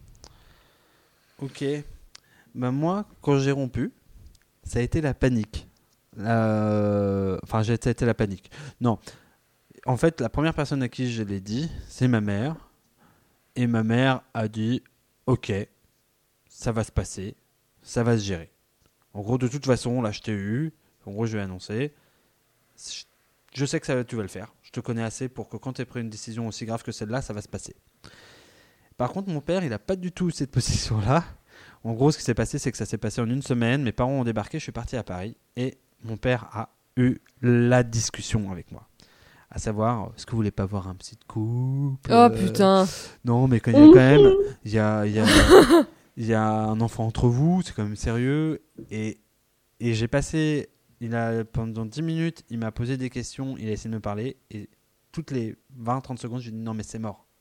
Ok. Bah, moi, quand j'ai rompu, ça a été la panique. Euh, Enfin, j'ai- ça a été la panique. Non. En fait, la première personne à qui je l'ai dit, c'est ma mère. Et ma mère a dit ok, ça va se passer, ça va se gérer. En gros, de toute façon, là, je t'ai eu. En gros, je vais annoncer. Je je sais que ça, tu vas le faire. Je te connais assez pour que quand tu aies pris une décision aussi grave que celle-là, ça va se passer. Par contre, mon père, il n'a pas du tout cette position-là. En gros, ce qui s'est passé, c'est que ça s'est passé en une semaine. Mes parents ont débarqué, je suis parti à Paris. Et mon père a eu la discussion avec moi. À savoir, est-ce que vous voulez pas voir un petit couple Oh euh, putain. Non, mais quand il y a quand même, il y a, il y a, il y a un enfant entre vous, c'est quand même sérieux. Et, et j'ai passé, il a, pendant dix minutes, il m'a posé des questions, il a essayé de me parler. Et toutes les vingt à trente secondes, je lui ai dit non, mais c'est mort.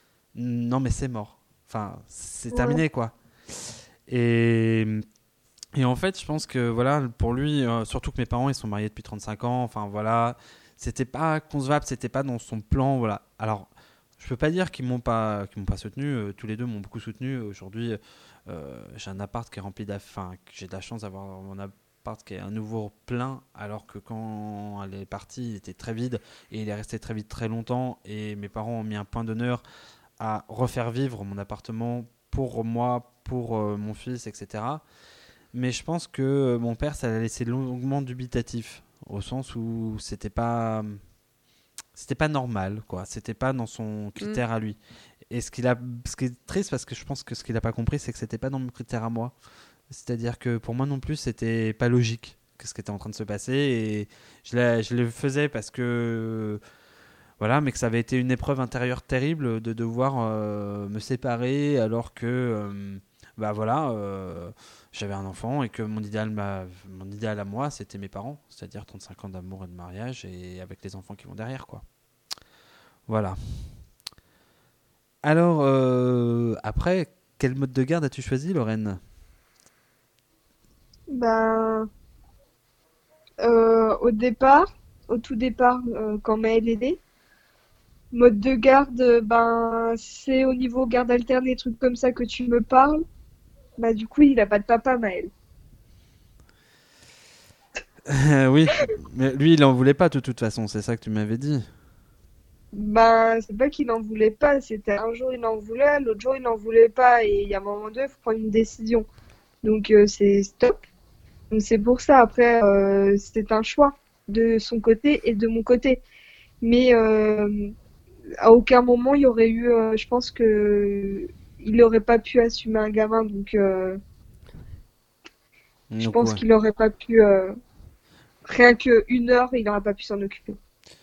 Non, mais c'est mort. Enfin, c'est Ouais. terminé, quoi. Et, Et en fait, je pense que voilà, pour lui, euh, surtout que mes parents, ils sont mariés depuis trente-cinq ans. Enfin voilà, c'était pas concevable, c'était pas dans son plan. Voilà. Alors, je peux pas dire qu'ils m'ont pas, qu'ils m'ont pas soutenu. euh, tous les deux m'ont beaucoup soutenu. Aujourd'hui, euh, j'ai un appart qui est rempli d'affaires. Enfin, que j'ai de la chance d'avoir mon appart qui est à nouveau plein, alors que quand elle est partie, il était très vide et il est resté très vide très longtemps. Et mes parents ont mis un point d'honneur à refaire vivre mon appartement pour moi, pour euh, mon fils, et cetera. Mais je pense que euh, mon père, ça l'a laissé longuement dubitatif, au sens où c'était pas, c'était pas normal, quoi. C'était pas dans son Mm. critère à lui. Et ce qu'il a, ce qui est triste, parce que je pense que ce qu'il a pas compris, c'est que c'était pas dans mon critère à moi. C'est-à-dire que pour moi non plus, c'était pas logique que ce qui était en train de se passer. Et je, la- je le faisais parce que voilà, mais que ça avait été une épreuve intérieure terrible de devoir euh, me séparer alors que euh, bah voilà, euh, j'avais un enfant et que mon idéal, m'a- mon idéal à moi, c'était mes parents, c'est-à-dire trente-cinq ans d'amour et de mariage et avec les enfants qui vont derrière, quoi. Voilà. Alors, euh, après, quel mode de garde as-tu choisi, Lorraine? Ben, euh, au départ, au tout départ, euh, quand Maël est né, mode de garde, euh, ben, c'est au niveau garde alternée, trucs comme ça que tu me parles. Bah, du coup, il a pas de papa, Maël. Euh, oui, mais lui, il en voulait pas de toute façon, c'est ça que tu m'avais dit. Ben, c'est pas qu'il en voulait pas, c'était un jour il en voulait, l'autre jour il en voulait pas, et il y a un moment donné, il faut prendre une décision. Donc, euh, c'est stop. Donc, c'est pour ça, après, euh, c'est un choix de son côté et de mon côté. Mais euh, à aucun moment il y aurait eu, euh, je pense que il aurait pas pu assumer un gamin, donc euh, je Donc, pense ouais. qu'il aurait pas pu, euh, rien que une heure, il n'aurait pas pu s'en occuper.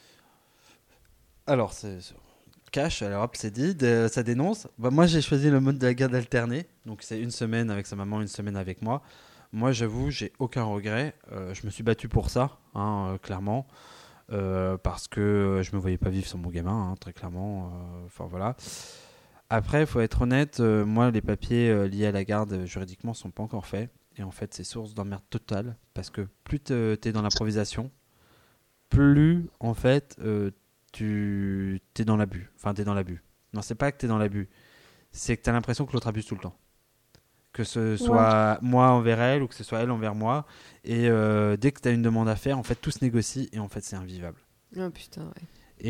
Alors, c'est c'est- cash, alors hop, c'est dit, de- ça dénonce. Bah, moi, j'ai choisi le mode de la garde alternée. Donc, c'est une semaine avec sa maman, une semaine avec moi. Moi, j'avoue, j'ai aucun regret. Euh, je me suis battu pour ça, hein, euh, clairement. Euh, parce que je me voyais pas vivre sans mon gamin, hein, très clairement. euh, Enfin, voilà. Après, il faut être honnête, euh, moi, les papiers euh, liés à la garde euh, juridiquement sont pas encore faits. Et en fait, c'est source d'emmerde totale. Parce que plus tu es dans l'improvisation, plus en fait euh, tu t'es dans l'abus. Enfin, t'es dans l'abus. Non, c'est pas que t'es dans l'abus, c'est que t'as l'impression que l'autre abuse tout le temps. Que ce Ouais. soit moi envers elle ou que ce soit elle envers moi. Et euh, dès que t'as une demande à faire, en fait, tout se négocie et en fait, c'est invivable. Oh putain, ouais.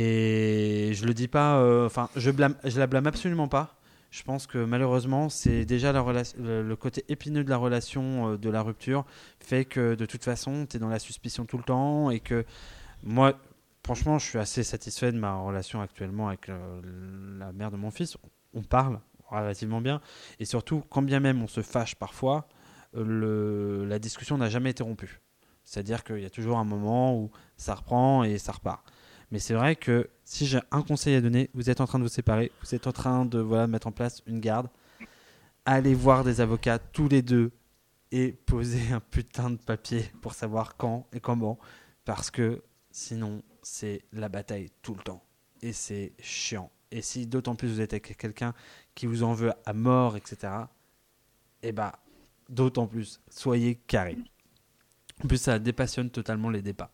Et je le dis pas, euh, enfin, je blâme, je la blâme absolument pas. Je pense que malheureusement, c'est déjà la relation, le, le côté épineux de la relation, euh, de la rupture, fait que de toute façon, t'es dans la suspicion tout le temps et que moi, franchement, je suis assez satisfait de ma relation actuellement avec euh, la mère de mon fils. On parle relativement bien. Et surtout, quand bien même on se fâche parfois, euh, le, la discussion n'a jamais été rompue. C'est-à-dire qu'il y a toujours un moment où ça reprend et ça repart. Mais c'est vrai que si j'ai un conseil à donner, vous êtes en train de vous séparer, vous êtes en train de voilà, mettre en place une garde, allez voir des avocats tous les deux et poser un putain de papier pour savoir quand et comment. Parce que sinon, c'est la bataille tout le temps. Et c'est chiant. Et si d'autant plus vous êtes avec quelqu'un qui vous en veut à mort, et cetera, et bah, d'autant plus, soyez carré. En plus, ça dépassionne totalement les débats.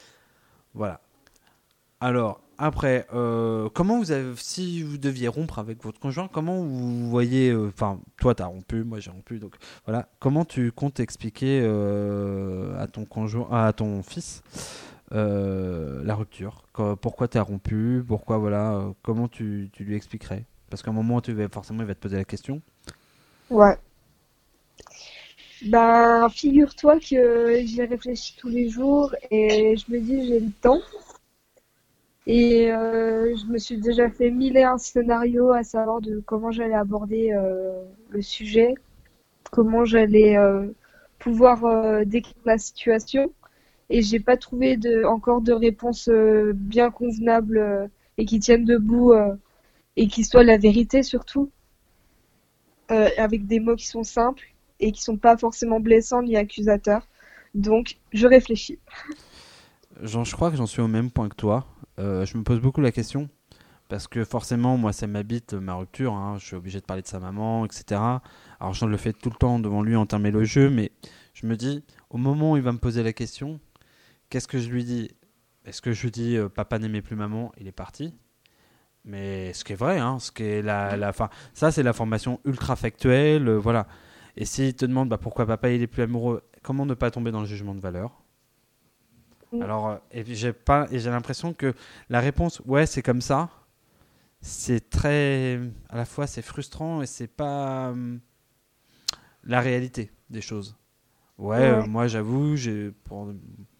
Voilà. Alors, après, euh, comment vous avez, si vous deviez rompre avec votre conjoint, comment vous voyez, enfin, euh, toi t'as rompu, moi j'ai rompu, donc voilà, comment tu comptes expliquer euh, à ton conjoint, à ton fils euh, la rupture, Qu- pourquoi t'as rompu, pourquoi voilà, euh, comment tu, tu lui expliquerais? Parce qu'à un moment, tu vas, forcément, il va te poser la question. Ouais. Ben, figure-toi que j'y réfléchis tous les jours et je me dis j'ai le temps. Et euh, je me suis déjà fait mille et un scénarios à savoir de comment j'allais aborder euh, le sujet, comment j'allais euh, pouvoir euh, décrire la situation. Et j'ai pas trouvé de, encore de réponse euh, bien convenable euh, et qui tienne debout euh, et qui soit la vérité surtout, euh, avec des mots qui sont simples et qui sont pas forcément blessants ni accusateurs. Donc, je réfléchis. J'en, je crois que j'en suis au même point que toi. Euh, je me pose beaucoup la question. Parce que forcément, moi, ça m'habite, ma rupture. Hein. Je suis obligé de parler de sa maman, et cetera. Alors, je le fais tout le temps devant lui, entamer le jeu, mais Je me dis, au moment où il va me poser la question, qu'est-ce que je lui dis ? Est-ce que je lui dis euh, papa n'aimait plus maman, il est parti ? Mais ce qui est vrai, hein, ce qui est la, la fin. Ça, c'est la formation ultra factuelle, euh, voilà. Et s'il te demande bah, pourquoi papa il est plus amoureux, comment ne pas tomber dans le jugement de valeur ? Mm. Alors, euh, et puis j'ai pas, et j'ai l'impression que la réponse, ouais, c'est comme ça. C'est très, à la fois, c'est frustrant et c'est pas hum, la réalité des choses. Ouais, Ouais. euh, moi, j'avoue, j'ai, pour-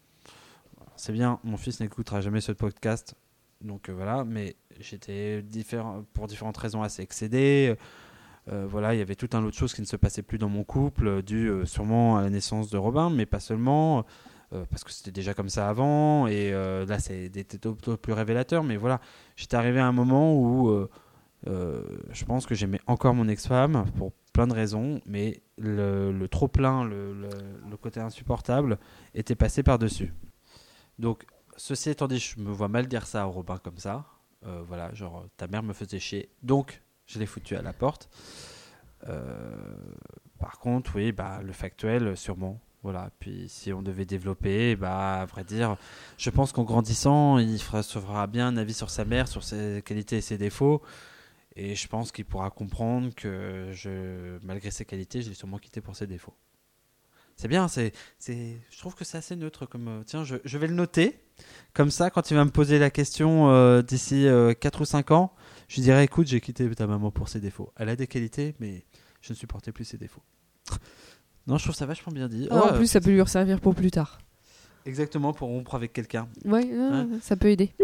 c'est bien. Mon fils n'écoutera jamais ce podcast, donc euh, voilà. Mais j'étais différent, pour différentes raisons assez excédé. Euh, voilà, il y avait tout un lot de choses qui ne se passaient plus dans mon couple, euh, dû euh, sûrement à la naissance de Robin, mais pas seulement, euh, parce que c'était déjà comme ça avant, et euh, là c'est des tétos plus révélateurs, mais voilà, j'étais arrivé à un moment où euh, euh, je pense que j'aimais encore mon ex-femme pour plein de raisons, mais le, le trop-plein, le, le, le côté insupportable était passé par-dessus. Donc, ceci étant dit, je me vois mal dire ça à Robin comme ça, euh, voilà, genre ta mère me faisait chier, donc je l'ai foutu à la porte. Euh, par contre, oui, bah, le factuel, sûrement. Voilà. Puis si on devait développer, bah, à vrai dire, je pense qu'en grandissant, il fera, se fera bien un avis sur sa mère, sur ses qualités et ses défauts. Et je pense qu'il pourra comprendre que je, malgré ses qualités, je l'ai sûrement quitté pour ses défauts. C'est bien, c'est, c'est, je trouve que c'est assez neutre. Comme, euh, tiens, je, je vais le noter. Comme ça, quand il va me poser la question euh, d'ici euh, quatre ou cinq ans, je lui dirai, écoute, j'ai quitté ta maman pour ses défauts. Elle a des qualités, mais je ne supportais plus ses défauts. Non, je trouve ça vachement bien dit. Ah, en Oh, plus, ça peut lui resservir pour plus tard. exactement, pour rompre avec quelqu'un. Ouais, ah, Hein ça peut aider.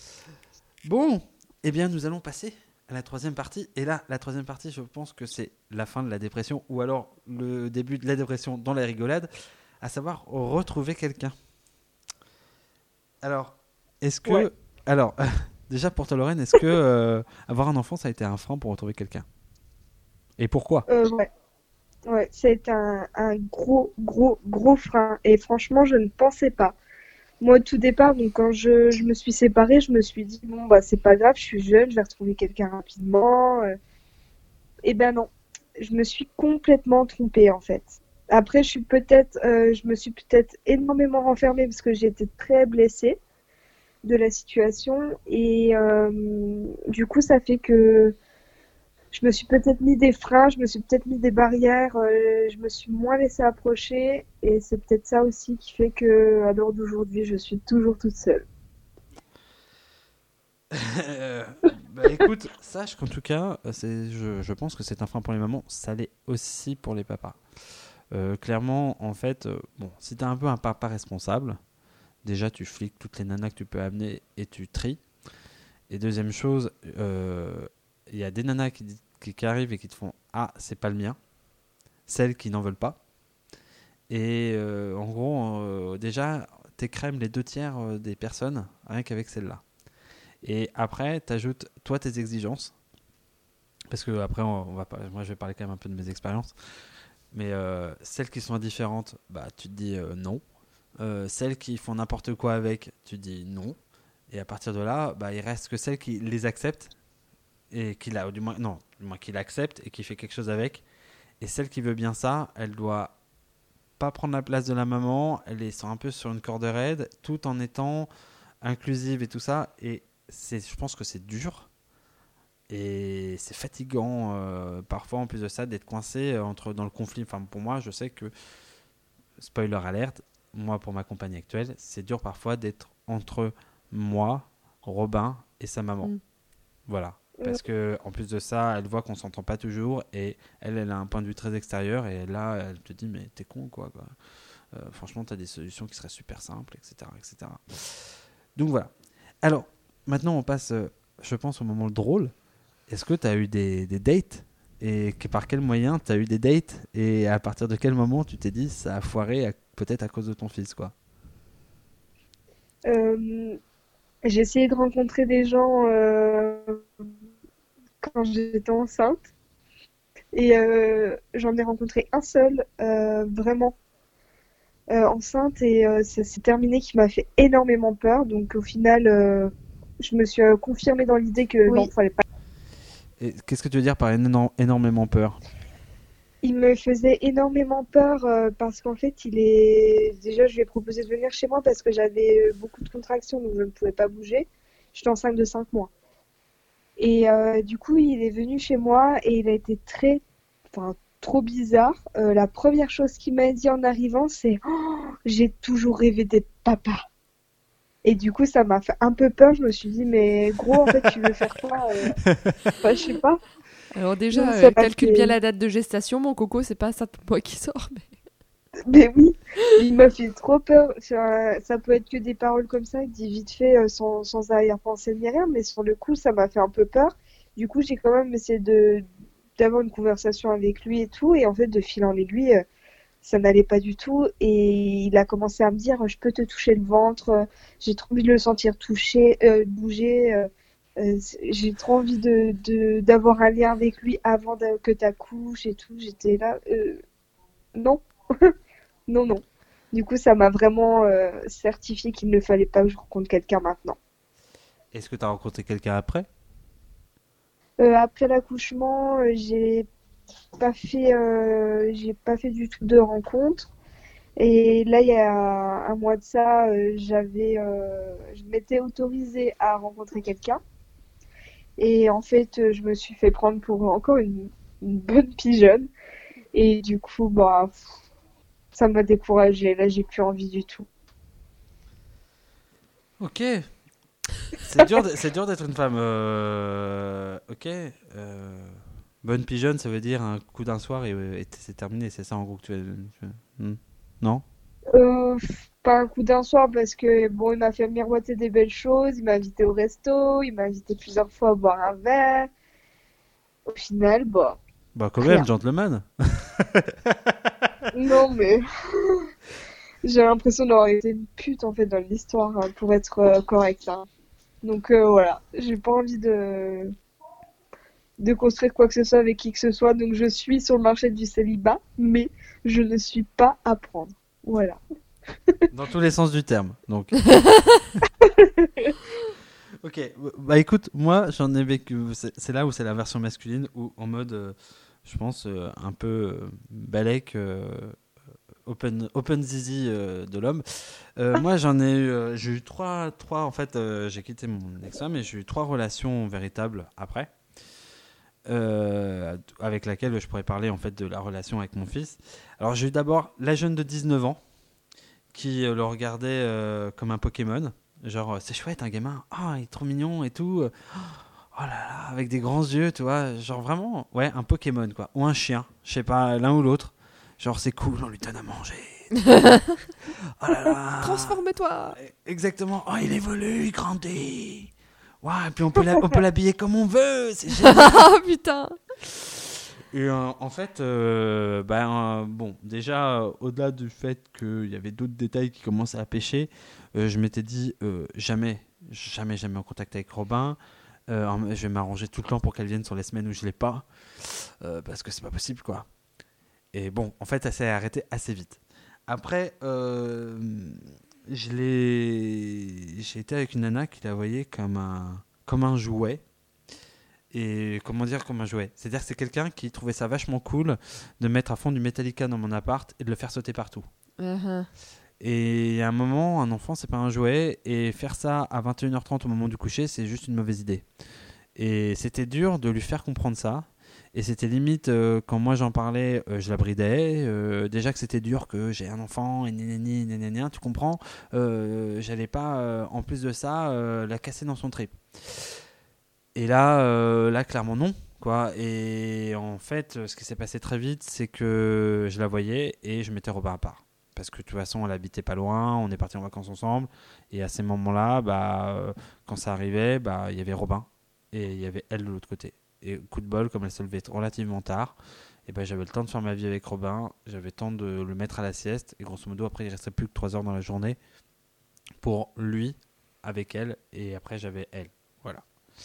Bon, eh bien, nous allons passer à la troisième partie. Et là, la troisième partie, je pense que c'est la fin de la dépression, ou alors le début de la dépression dans la rigolade, à savoir retrouver quelqu'un. Alors, est-ce que... Ouais. Alors, déjà pour toi, Lorraine, est-ce que euh, avoir un enfant, ça a été un frein pour retrouver quelqu'un ? Et pourquoi ? Euh, ouais. Ouais, c'est un, un gros, gros, gros frein. Et franchement, je ne pensais pas. Moi, au tout départ, donc, quand je, je me suis séparée, je me suis dit, bon, bah, c'est pas grave, je suis jeune, je vais retrouver quelqu'un rapidement. euh. Eh ben non, je me suis complètement trompée, en fait. Après, je suis peut-être, euh, je me suis peut-être énormément renfermée parce que j'ai été très blessée de la situation. Et euh, du coup, ça fait que je me suis peut-être mis des freins, je me suis peut-être mis des barrières, euh, je me suis moins laissée approcher. Et c'est peut-être ça aussi qui fait que, à l'heure d'aujourd'hui, je suis toujours toute seule. Euh, bah écoute, sache qu'en tout cas, c'est, je, je pense que c'est un frein pour les mamans, ça l'est aussi pour les papas. Euh, clairement, en fait, euh, bon, si t'es un peu un papa responsable, déjà tu fliques toutes les nanas que tu peux amener et tu tries. Et deuxième chose, euh, il y a des nanas qui, qui, qui arrivent et qui te font ah, c'est pas le mien, celles qui n'en veulent pas. Et euh, en gros, euh, déjà, t'écrèmes les deux tiers euh, des personnes rien qu'avec celle-là. Et après, tu ajoutes toi tes exigences. Parce que après, on, on va pas, moi je vais parler quand même un peu de mes expériences. Mais euh, celles qui sont indifférentes, bah, tu te dis euh, non. Euh, celles qui font n'importe quoi avec, tu te dis non. Et à partir de là, bah, il reste que celles qui les acceptent. Et qui l'a, du moins, non, du moins qui l'accepte et qui fait quelque chose avec. Et celle qui veut bien ça, elle doit pas prendre la place de la maman. Elle est un peu sur une corde raide, tout en étant inclusive et tout ça. Et c'est, je pense que c'est dur et c'est fatigant euh, parfois en plus de ça d'être coincé euh, entre dans le conflit. Enfin pour moi, je sais que spoiler alerte, moi pour ma compagne actuelle, c'est dur parfois d'être entre moi, Robin et sa maman. Mm. Voilà. Parce que en plus de ça, elle voit qu'on s'entend pas toujours et elle, elle a un point de vue très extérieur et là, elle te dit mais t'es con quoi. quoi. Euh, franchement, t'as des solutions qui seraient super simples, et cetera, et cetera. Donc voilà. Alors maintenant, on passe, euh, je pense, au moment drôle. Est-ce que tu as eu des, des dates et que, par quel moyen tu as eu des dates et à partir de quel moment tu t'es dit ça a foiré à, peut-être à cause de ton fils quoi. Euh, j'ai essayé de rencontrer des gens euh, quand j'étais enceinte. Et euh, j'en ai rencontré un seul, euh, vraiment euh, enceinte. Et euh, ça s'est terminé qui m'a fait énormément peur. Donc au final, euh, je me suis euh, confirmée dans l'idée que Oui. non, fallait pas. Et qu'est-ce que tu veux dire par éno- énormément peur ? il me faisait énormément peur euh, parce qu'en fait, il est. Déjà, je lui ai proposé de venir chez moi parce que j'avais euh, beaucoup de contractions, donc je ne pouvais pas bouger. J'étais enceinte de cinq mois. Et euh, du coup, il est venu chez moi et il a été très, enfin, trop bizarre. Euh, la première chose qu'il m'a dit en arrivant, c'est oh, j'ai toujours rêvé d'être papa. Et du coup, ça m'a fait un peu peur. Je me suis dit, mais gros, en fait, tu veux faire quoi euh Enfin, je sais pas. Alors Donc, déjà, ça euh, m'a calcule fait- bien la date de gestation, mon coco, c'est pas ça de moi qui sort. Mais... Mais oui, il m'a fait trop peur. Ça, ça peut être que des paroles comme ça, dit vite fait, euh, sans, sans arrière-pensée ni rien, mais sur le coup, ça m'a fait un peu peur. Du coup, j'ai quand même essayé de d'avoir une conversation avec lui et tout, et en fait, de fil en aiguille, euh, ça n'allait pas du tout. Et il a commencé à me dire, je peux te toucher le ventre, euh, j'ai trop envie de le sentir toucher, euh, bouger, euh, euh, c'est- j'ai trop envie de, de d'avoir un lien avec lui avant de- que t'accouches et tout. J'étais là, euh, non. Non, non. Du coup, ça m'a vraiment euh, certifié qu'il ne fallait pas que je rencontre quelqu'un maintenant. Est-ce que tu as rencontré quelqu'un après? Euh, après l'accouchement, euh, j'ai pas fait, euh, j'ai pas fait du tout de rencontres. Et là, il y a un mois de ça, euh, j'avais, euh, je m'étais autorisée à rencontrer quelqu'un. Et en fait, euh, je me suis fait prendre pour encore une, une bonne pigeonne. Et du coup, bah, pff, ça m'a découragée. Là, j'ai plus envie du tout. Ok. C'est dur, d- c'est dur d'être une femme. euh, Ok. euh, Bonne pigeonne, ça veut dire un coup d'un soir et, et t- c'est terminé. C'est ça en gros que tu veux. tu veux- Hmm. Non? Euh, pas un coup d'un soir parce que bon, il m'a fait miroiter des belles choses, il m'a invité au resto, il m'a invité plusieurs fois à boire un verre. Au final, bah, Bah, quand même, rien. gentleman. Non, mais j'ai l'impression d'avoir été une pute en fait dans l'histoire hein, pour être euh, correcte. Hein. Donc euh, voilà, j'ai pas envie de de construire quoi que ce soit avec qui que ce soit. Donc je suis sur le marché du célibat, mais je ne suis pas à prendre. Voilà. Dans tous les sens du terme. Donc. Ok. Bah écoute, moi j'en ai vécu. C'est c'est là où c'est la version masculine ou en mode, euh, je pense, euh, un peu euh, balèque. euh, Open, open zizi euh, de l'homme. Euh, moi, j'en ai eu, euh, j'ai eu trois, trois en fait, euh, j'ai quitté mon ex-femme et j'ai eu trois relations véritables après, euh, avec laquelle je pourrais parler en fait de la relation avec mon fils. Alors, j'ai eu d'abord la jeune de dix-neuf ans qui euh, le regardait euh, comme un Pokémon. Genre, euh, c'est chouette, un gamin, ah, il est trop mignon et tout. euh, Oh là là, avec des grands yeux, tu vois. Genre vraiment, ouais, un Pokémon quoi. Ou un chien, je sais pas, l'un ou l'autre. Genre, c'est cool, on lui donne à manger. Oh là là. Transforme-toi. Exactement. Oh, il évolue, il grandit. Ouais, et puis on peut, la- on peut l'habiller comme on veut. C'est génial. Ah putain. Et euh, en fait, euh, ben, euh, bon, déjà, euh, au-delà du fait qu'il y avait d'autres détails qui commençaient à pêcher, euh, je m'étais dit euh, jamais, jamais, jamais en contact avec Robin. Euh, je vais m'arranger tout le temps pour qu'elle vienne sur les semaines où je l'ai pas. Euh, parce que c'est pas possible, quoi. Et bon, en fait, ça s'est arrêté assez vite. Après, euh, je l'ai... j'ai été avec une nana qui la voyait comme un, comme un jouet. Et comment dire comme un jouet? C'est-à-dire que c'est quelqu'un qui trouvait ça vachement cool de mettre à fond du Metallica dans mon appart et de le faire sauter partout. Uh-huh. Et à un moment, un enfant, c'est pas un jouet. Et faire ça à vingt et une heures trente au moment du coucher, c'est juste une mauvaise idée. Et c'était dur de lui faire comprendre ça. Et c'était limite, euh, quand moi j'en parlais, euh, je la bridais. Euh, déjà que c'était dur que j'ai un enfant, et nénéni, nénéni, tu comprends. Euh, J'allais pas, euh, en plus de ça, euh, la casser dans son trip. Et là, euh, là, clairement non. Quoi. Et en fait, ce qui s'est passé très vite, c'est que je la voyais et je m'étais Robin à part. Parce que de toute façon, elle habitait pas loin, on est partis en vacances ensemble. Et à ces moments-là, bah, euh, quand ça arrivait, bah, il y avait Robin et il y avait elle de l'autre côté. Et coup de bol, comme elle se levait relativement tard, et ben, j'avais le temps de faire ma vie avec Robin, j'avais le temps de le mettre à la sieste. Et grosso modo, après, il restait plus que trois heures dans la journée pour lui, avec elle. Et après, j'avais elle. Voilà.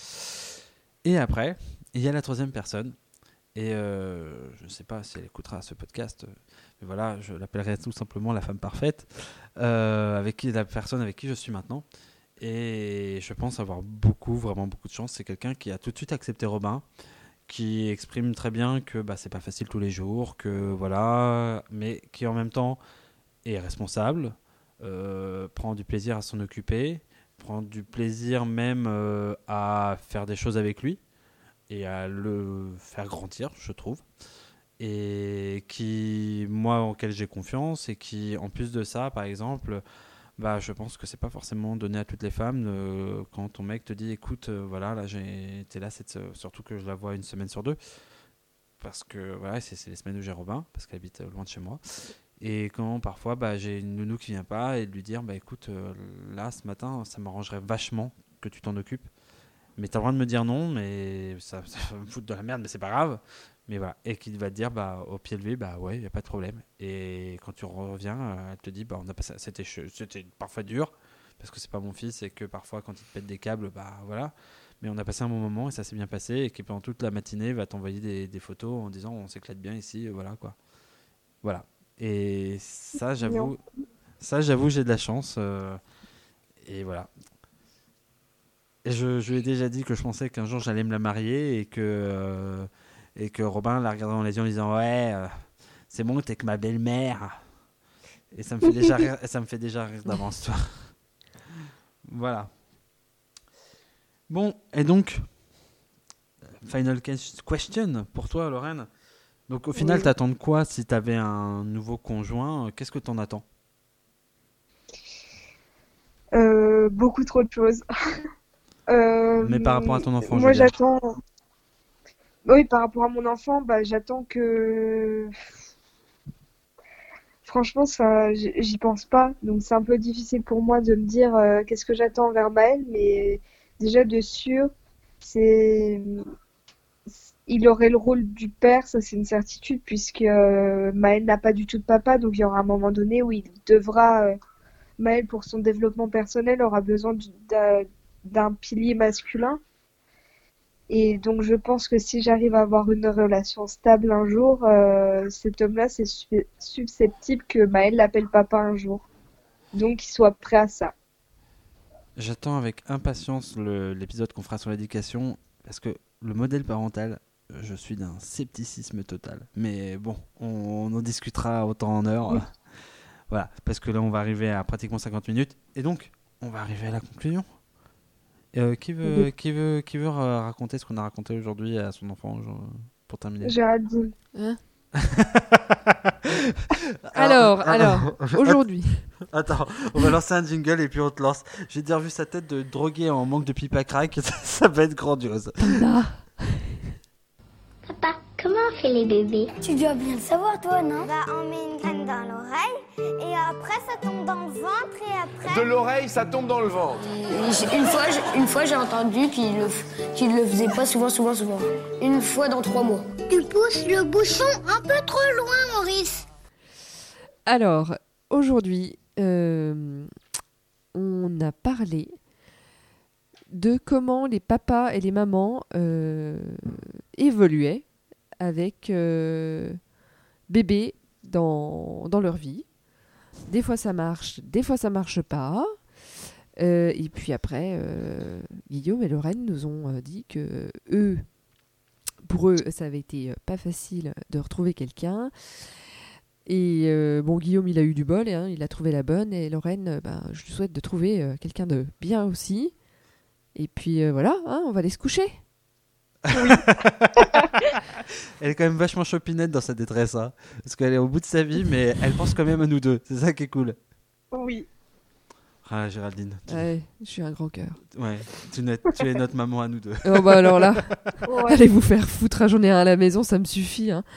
Et après, il y a la troisième personne. Et euh, je ne sais pas si elle écoutera ce podcast, euh, mais voilà, je l'appellerai tout simplement la femme parfaite, euh, avec qui la personne avec qui je suis maintenant. Et je pense avoir beaucoup, vraiment beaucoup de chance. C'est quelqu'un qui a tout de suite accepté Robin, qui exprime très bien que bah, c'est pas facile tous les jours, que voilà, mais qui en même temps est responsable, euh, prend du plaisir à s'en occuper, prend du plaisir même euh, à faire des choses avec lui et à le faire grandir, je trouve. Et qui, moi, auquel j'ai confiance et qui, en plus de ça, par exemple, bah, je pense que c'est pas forcément donné à toutes les femmes euh, quand ton mec te dit écoute, euh, voilà, là j'ai été là, cette, surtout que je la vois une semaine sur deux, parce que voilà, c'est, c'est les semaines où j'ai Robin, parce qu'elle habite loin de chez moi. Et quand parfois bah, j'ai une nounou qui vient pas et de lui dire bah écoute, euh, là ce matin, ça m'arrangerait vachement que tu t'en occupes. Mais t'as le droit de me dire non, mais ça, ça va me foutre de la merde, mais c'est pas grave. Mais voilà, et qu'il va te dire bah au pied levé bah ouais, y a pas de problème. Et quand tu reviens, euh, elle te dit bah on a passé, c'était ch- c'était parfois dur parce que c'est pas mon fils et que parfois quand il te pète des câbles bah voilà. Mais on a passé un bon moment et ça s'est bien passé et qui pendant toute la matinée va t'envoyer des, des photos en disant on s'éclate bien ici, voilà quoi. Voilà. Et ça j'avoue, ça j'avoue j'ai de la chance euh, et voilà. Et je, je lui ai déjà dit que je pensais qu'un jour j'allais me la marier et que, euh, et que Robin la regardait dans les yeux en disant ouais, euh, c'est bon, t'es que ma belle-mère. Et ça me fait déjà rire, ça me fait déjà rire d'avance, toi. Voilà. Bon, et donc, final question pour toi, Lorraine. Donc au final, Oui. t'attends de quoi si t'avais un nouveau conjoint? Qu'est-ce que t'en attends? Euh, beaucoup trop de choses. Euh, Mais par rapport à ton enfant, je veux moi, dire. j'attends. Oui, par rapport à mon enfant, bah, j'attends que. Franchement, ça, j- j'y pense pas. Donc, c'est un peu difficile pour moi de me dire euh, qu'est-ce que j'attends envers Maël. Mais déjà, de sûr, c'est. Il aurait le rôle du père, ça c'est une certitude, puisque euh, Maël n'a pas du tout de papa. Donc, il y aura un moment donné où il devra. euh, Maël, pour son développement personnel, aura besoin du- d'un d'un pilier masculin. Et donc, je pense que si j'arrive à avoir une relation stable un jour, euh, cet homme-là, c'est su- susceptible que Maël l'appelle papa un jour. Donc, qu'il soit prêt à ça. J'attends avec impatience le- l'épisode qu'on fera sur l'éducation parce que le modèle parental, je suis d'un scepticisme total. Mais bon, on, on en discutera autant en heure. Oui. Voilà, parce que là, on va arriver à pratiquement cinquante minutes. Et donc, on va arriver à la conclusion. Euh, qui, veut, Oui. qui, veut, qui veut euh, raconter ce qu'on a raconté aujourd'hui à son enfant genre, pour terminer? Géraldine. Hein Alors, alors, aujourd'hui. Attends, on va lancer un jingle et puis on te lance. J'ai déjà vu sa tête de drogué en manque de pipe à crack, ça, ça va être grandiose. Là. Papa, comment on fait les bébés? Tu dois bien le savoir, toi, non? Bah, on met une graine dans l'oreille et après ça tombe dans le ventre et après. De l'oreille, ça tombe dans le ventre. Une fois, j'ai- une fois, j'ai entendu qu'il le, f- qu'il le faisait pas souvent, souvent, souvent. Une fois dans trois mois. Tu pousses le bouchon un peu trop loin, Maurice. Alors, aujourd'hui, euh, on a parlé de comment les papas et les mamans euh, évoluaient avec euh, bébé dans, dans leur vie. Des fois ça marche, des fois ça marche pas. Euh, et puis après, euh, Guillaume et Lorraine nous ont euh, dit que eux, pour eux, ça avait été euh, pas facile de retrouver quelqu'un. Et euh, bon, Guillaume, il a eu du bol, hein, il a trouvé la bonne. Et Lorraine, euh, ben, je lui souhaite de trouver euh, quelqu'un de bien aussi. Et puis euh, voilà, hein, on va aller se coucher. Elle est quand même vachement chopinette dans sa détresse, hein, parce qu'elle est au bout de sa vie, mais elle pense quand même à nous deux. C'est ça qui est cool. Oui. Ah, Géraldine, tu, Ouais, je suis un grand cœur. ouais, tu, n'es- tu es notre maman à nous deux. Oh bah alors là, Ouais. allez vous faire foutre, hein, j'en ai un à la maison, ça me suffit. Hein.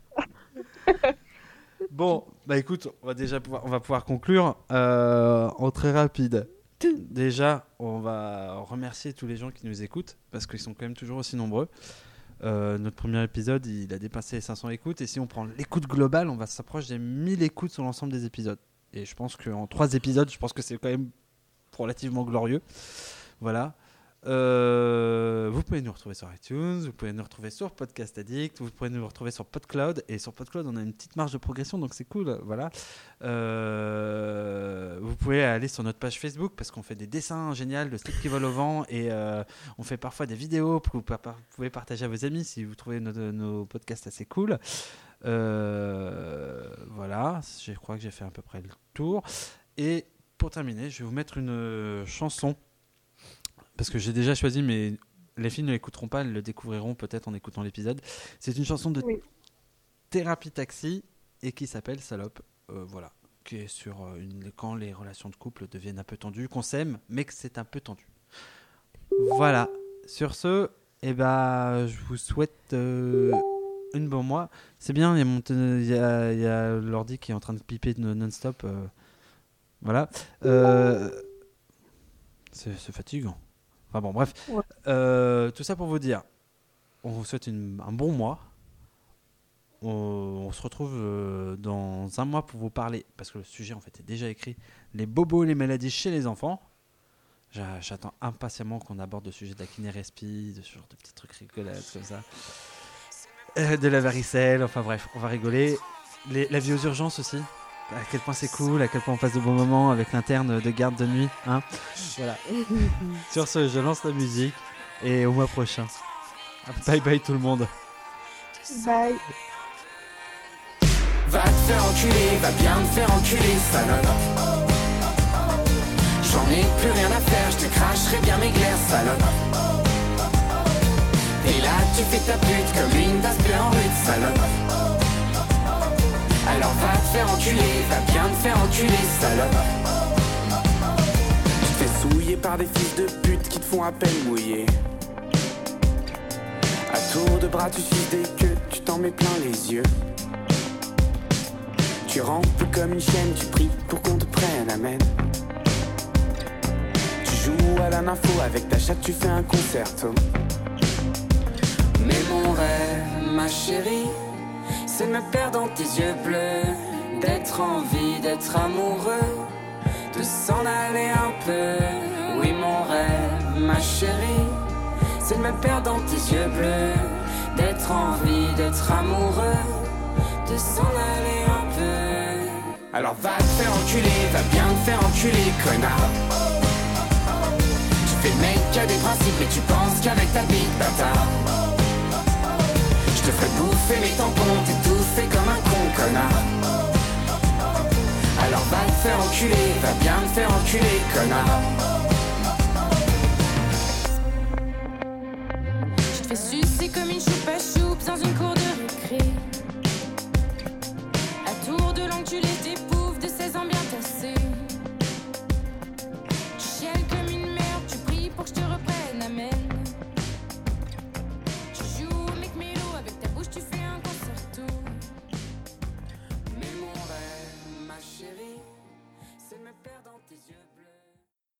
Bon, bah écoute, on va déjà pouvoir, on va pouvoir conclure euh, en très rapide. Déjà, on va remercier tous les gens qui nous écoutent parce qu'ils sont quand même toujours aussi nombreux. Euh, notre premier épisode, il a dépassé les cinq cents écoutes et si on prend l'écoute globale, on va s'approcher des mille écoutes sur l'ensemble des épisodes. Et je pense qu'en trois épisodes, je pense que c'est quand même relativement glorieux. Voilà. Euh, vous pouvez nous retrouver sur iTunes, vous pouvez nous retrouver sur Podcast Addict, vous pouvez nous retrouver sur PodCloud. Et sur PodCloud, on a une petite marge de progression, donc c'est cool. Voilà. Euh, vous pouvez aller sur notre page Facebook parce qu'on fait des dessins géniaux de slips qui volent au vent et euh, on fait parfois des vidéos que vous, vous pouvez partager à vos amis si vous trouvez nos, nos podcasts assez cool. Euh, voilà, je crois que j'ai fait à peu près le tour. Et pour terminer, je vais vous mettre une euh, chanson parce que j'ai déjà choisi, mais les filles ne l'écouteront pas, elles le découvriront peut-être en écoutant l'épisode. C'est une chanson de Oui. Thérapie Taxi et qui s'appelle Salope. Euh, voilà, qui est sur euh, une, quand les relations de couple deviennent un peu tendues, qu'on s'aime, mais que c'est un peu tendu. Voilà. Sur ce, eh ben, je vous souhaite euh, une bonne mois. C'est bien, il y a, mon, il y a, il y a l'ordi qui est en train de piper de non-stop. Euh, voilà. Euh, c'est, c'est fatigant. Enfin bon, bref. Ouais. Euh, tout ça pour vous dire, on vous souhaite une, un bon mois. On, on se retrouve euh, dans un mois pour vous parler, parce que le sujet en fait est déjà écrit, les bobos et les maladies chez les enfants. J'a, j'attends impatiemment qu'on aborde le sujet de la kiné-respi, de ce genre de petits trucs rigolotes comme ça. Euh, de la varicelle, enfin bref, on va rigoler. Les, la vie aux urgences aussi. À quel point c'est cool, à quel point on passe de bons moments avec l'interne de garde de nuit. Hein, voilà. Sur ce, je lance la musique et au mois prochain. Bye bye tout le monde. Bye. Va te faire enculer, va bien te faire enculer, salope. J'en ai plus rien à faire, je te cracherai bien mes glaires, salope. Et là tu fais ta pute comme une tasse en rude, salope. Alors va te faire enculer, va bien te faire enculer, salope. Tu te fais souiller par des fils de pute qui te font à peine mouiller. À tour de bras tu suces des queues, tu t'en mets plein les yeux. Tu rampes comme une chienne, tu pries pour qu'on te prenne, amen. Tu joues à la nympho, avec ta chatte tu fais un concerto. Mais mon rêve, ma chérie, c'est de me perdre dans tes yeux bleus, d'être en vie, d'être amoureux, de s'en aller un peu. Oui mon rêve, ma chérie, c'est de me perdre dans tes yeux bleus, d'être en vie, d'être amoureux, de s'en aller un peu. Alors va te faire enculer, va bien te faire enculer, connard. Tu fais le mec qui a des principes, mais tu penses qu'avec ta bite, bâtard. Je te ferai bouffer mes tampons, t'étouffer comme un con, connard. Alors va te faire enculer, va bien te faire enculer, connard. Je te fais sucer comme une choupe à choupe dans une cour de récré. À tour de langue tu les épouves de seize ans bien tassés. Tu chiales comme une merde, tu pries pour que je te reprenne, amen. Tu joues au mec mélo, avec ta bouche tu fais un concerto. Mais mon rêve, ma chérie, c'est de me perdre dans tes yeux.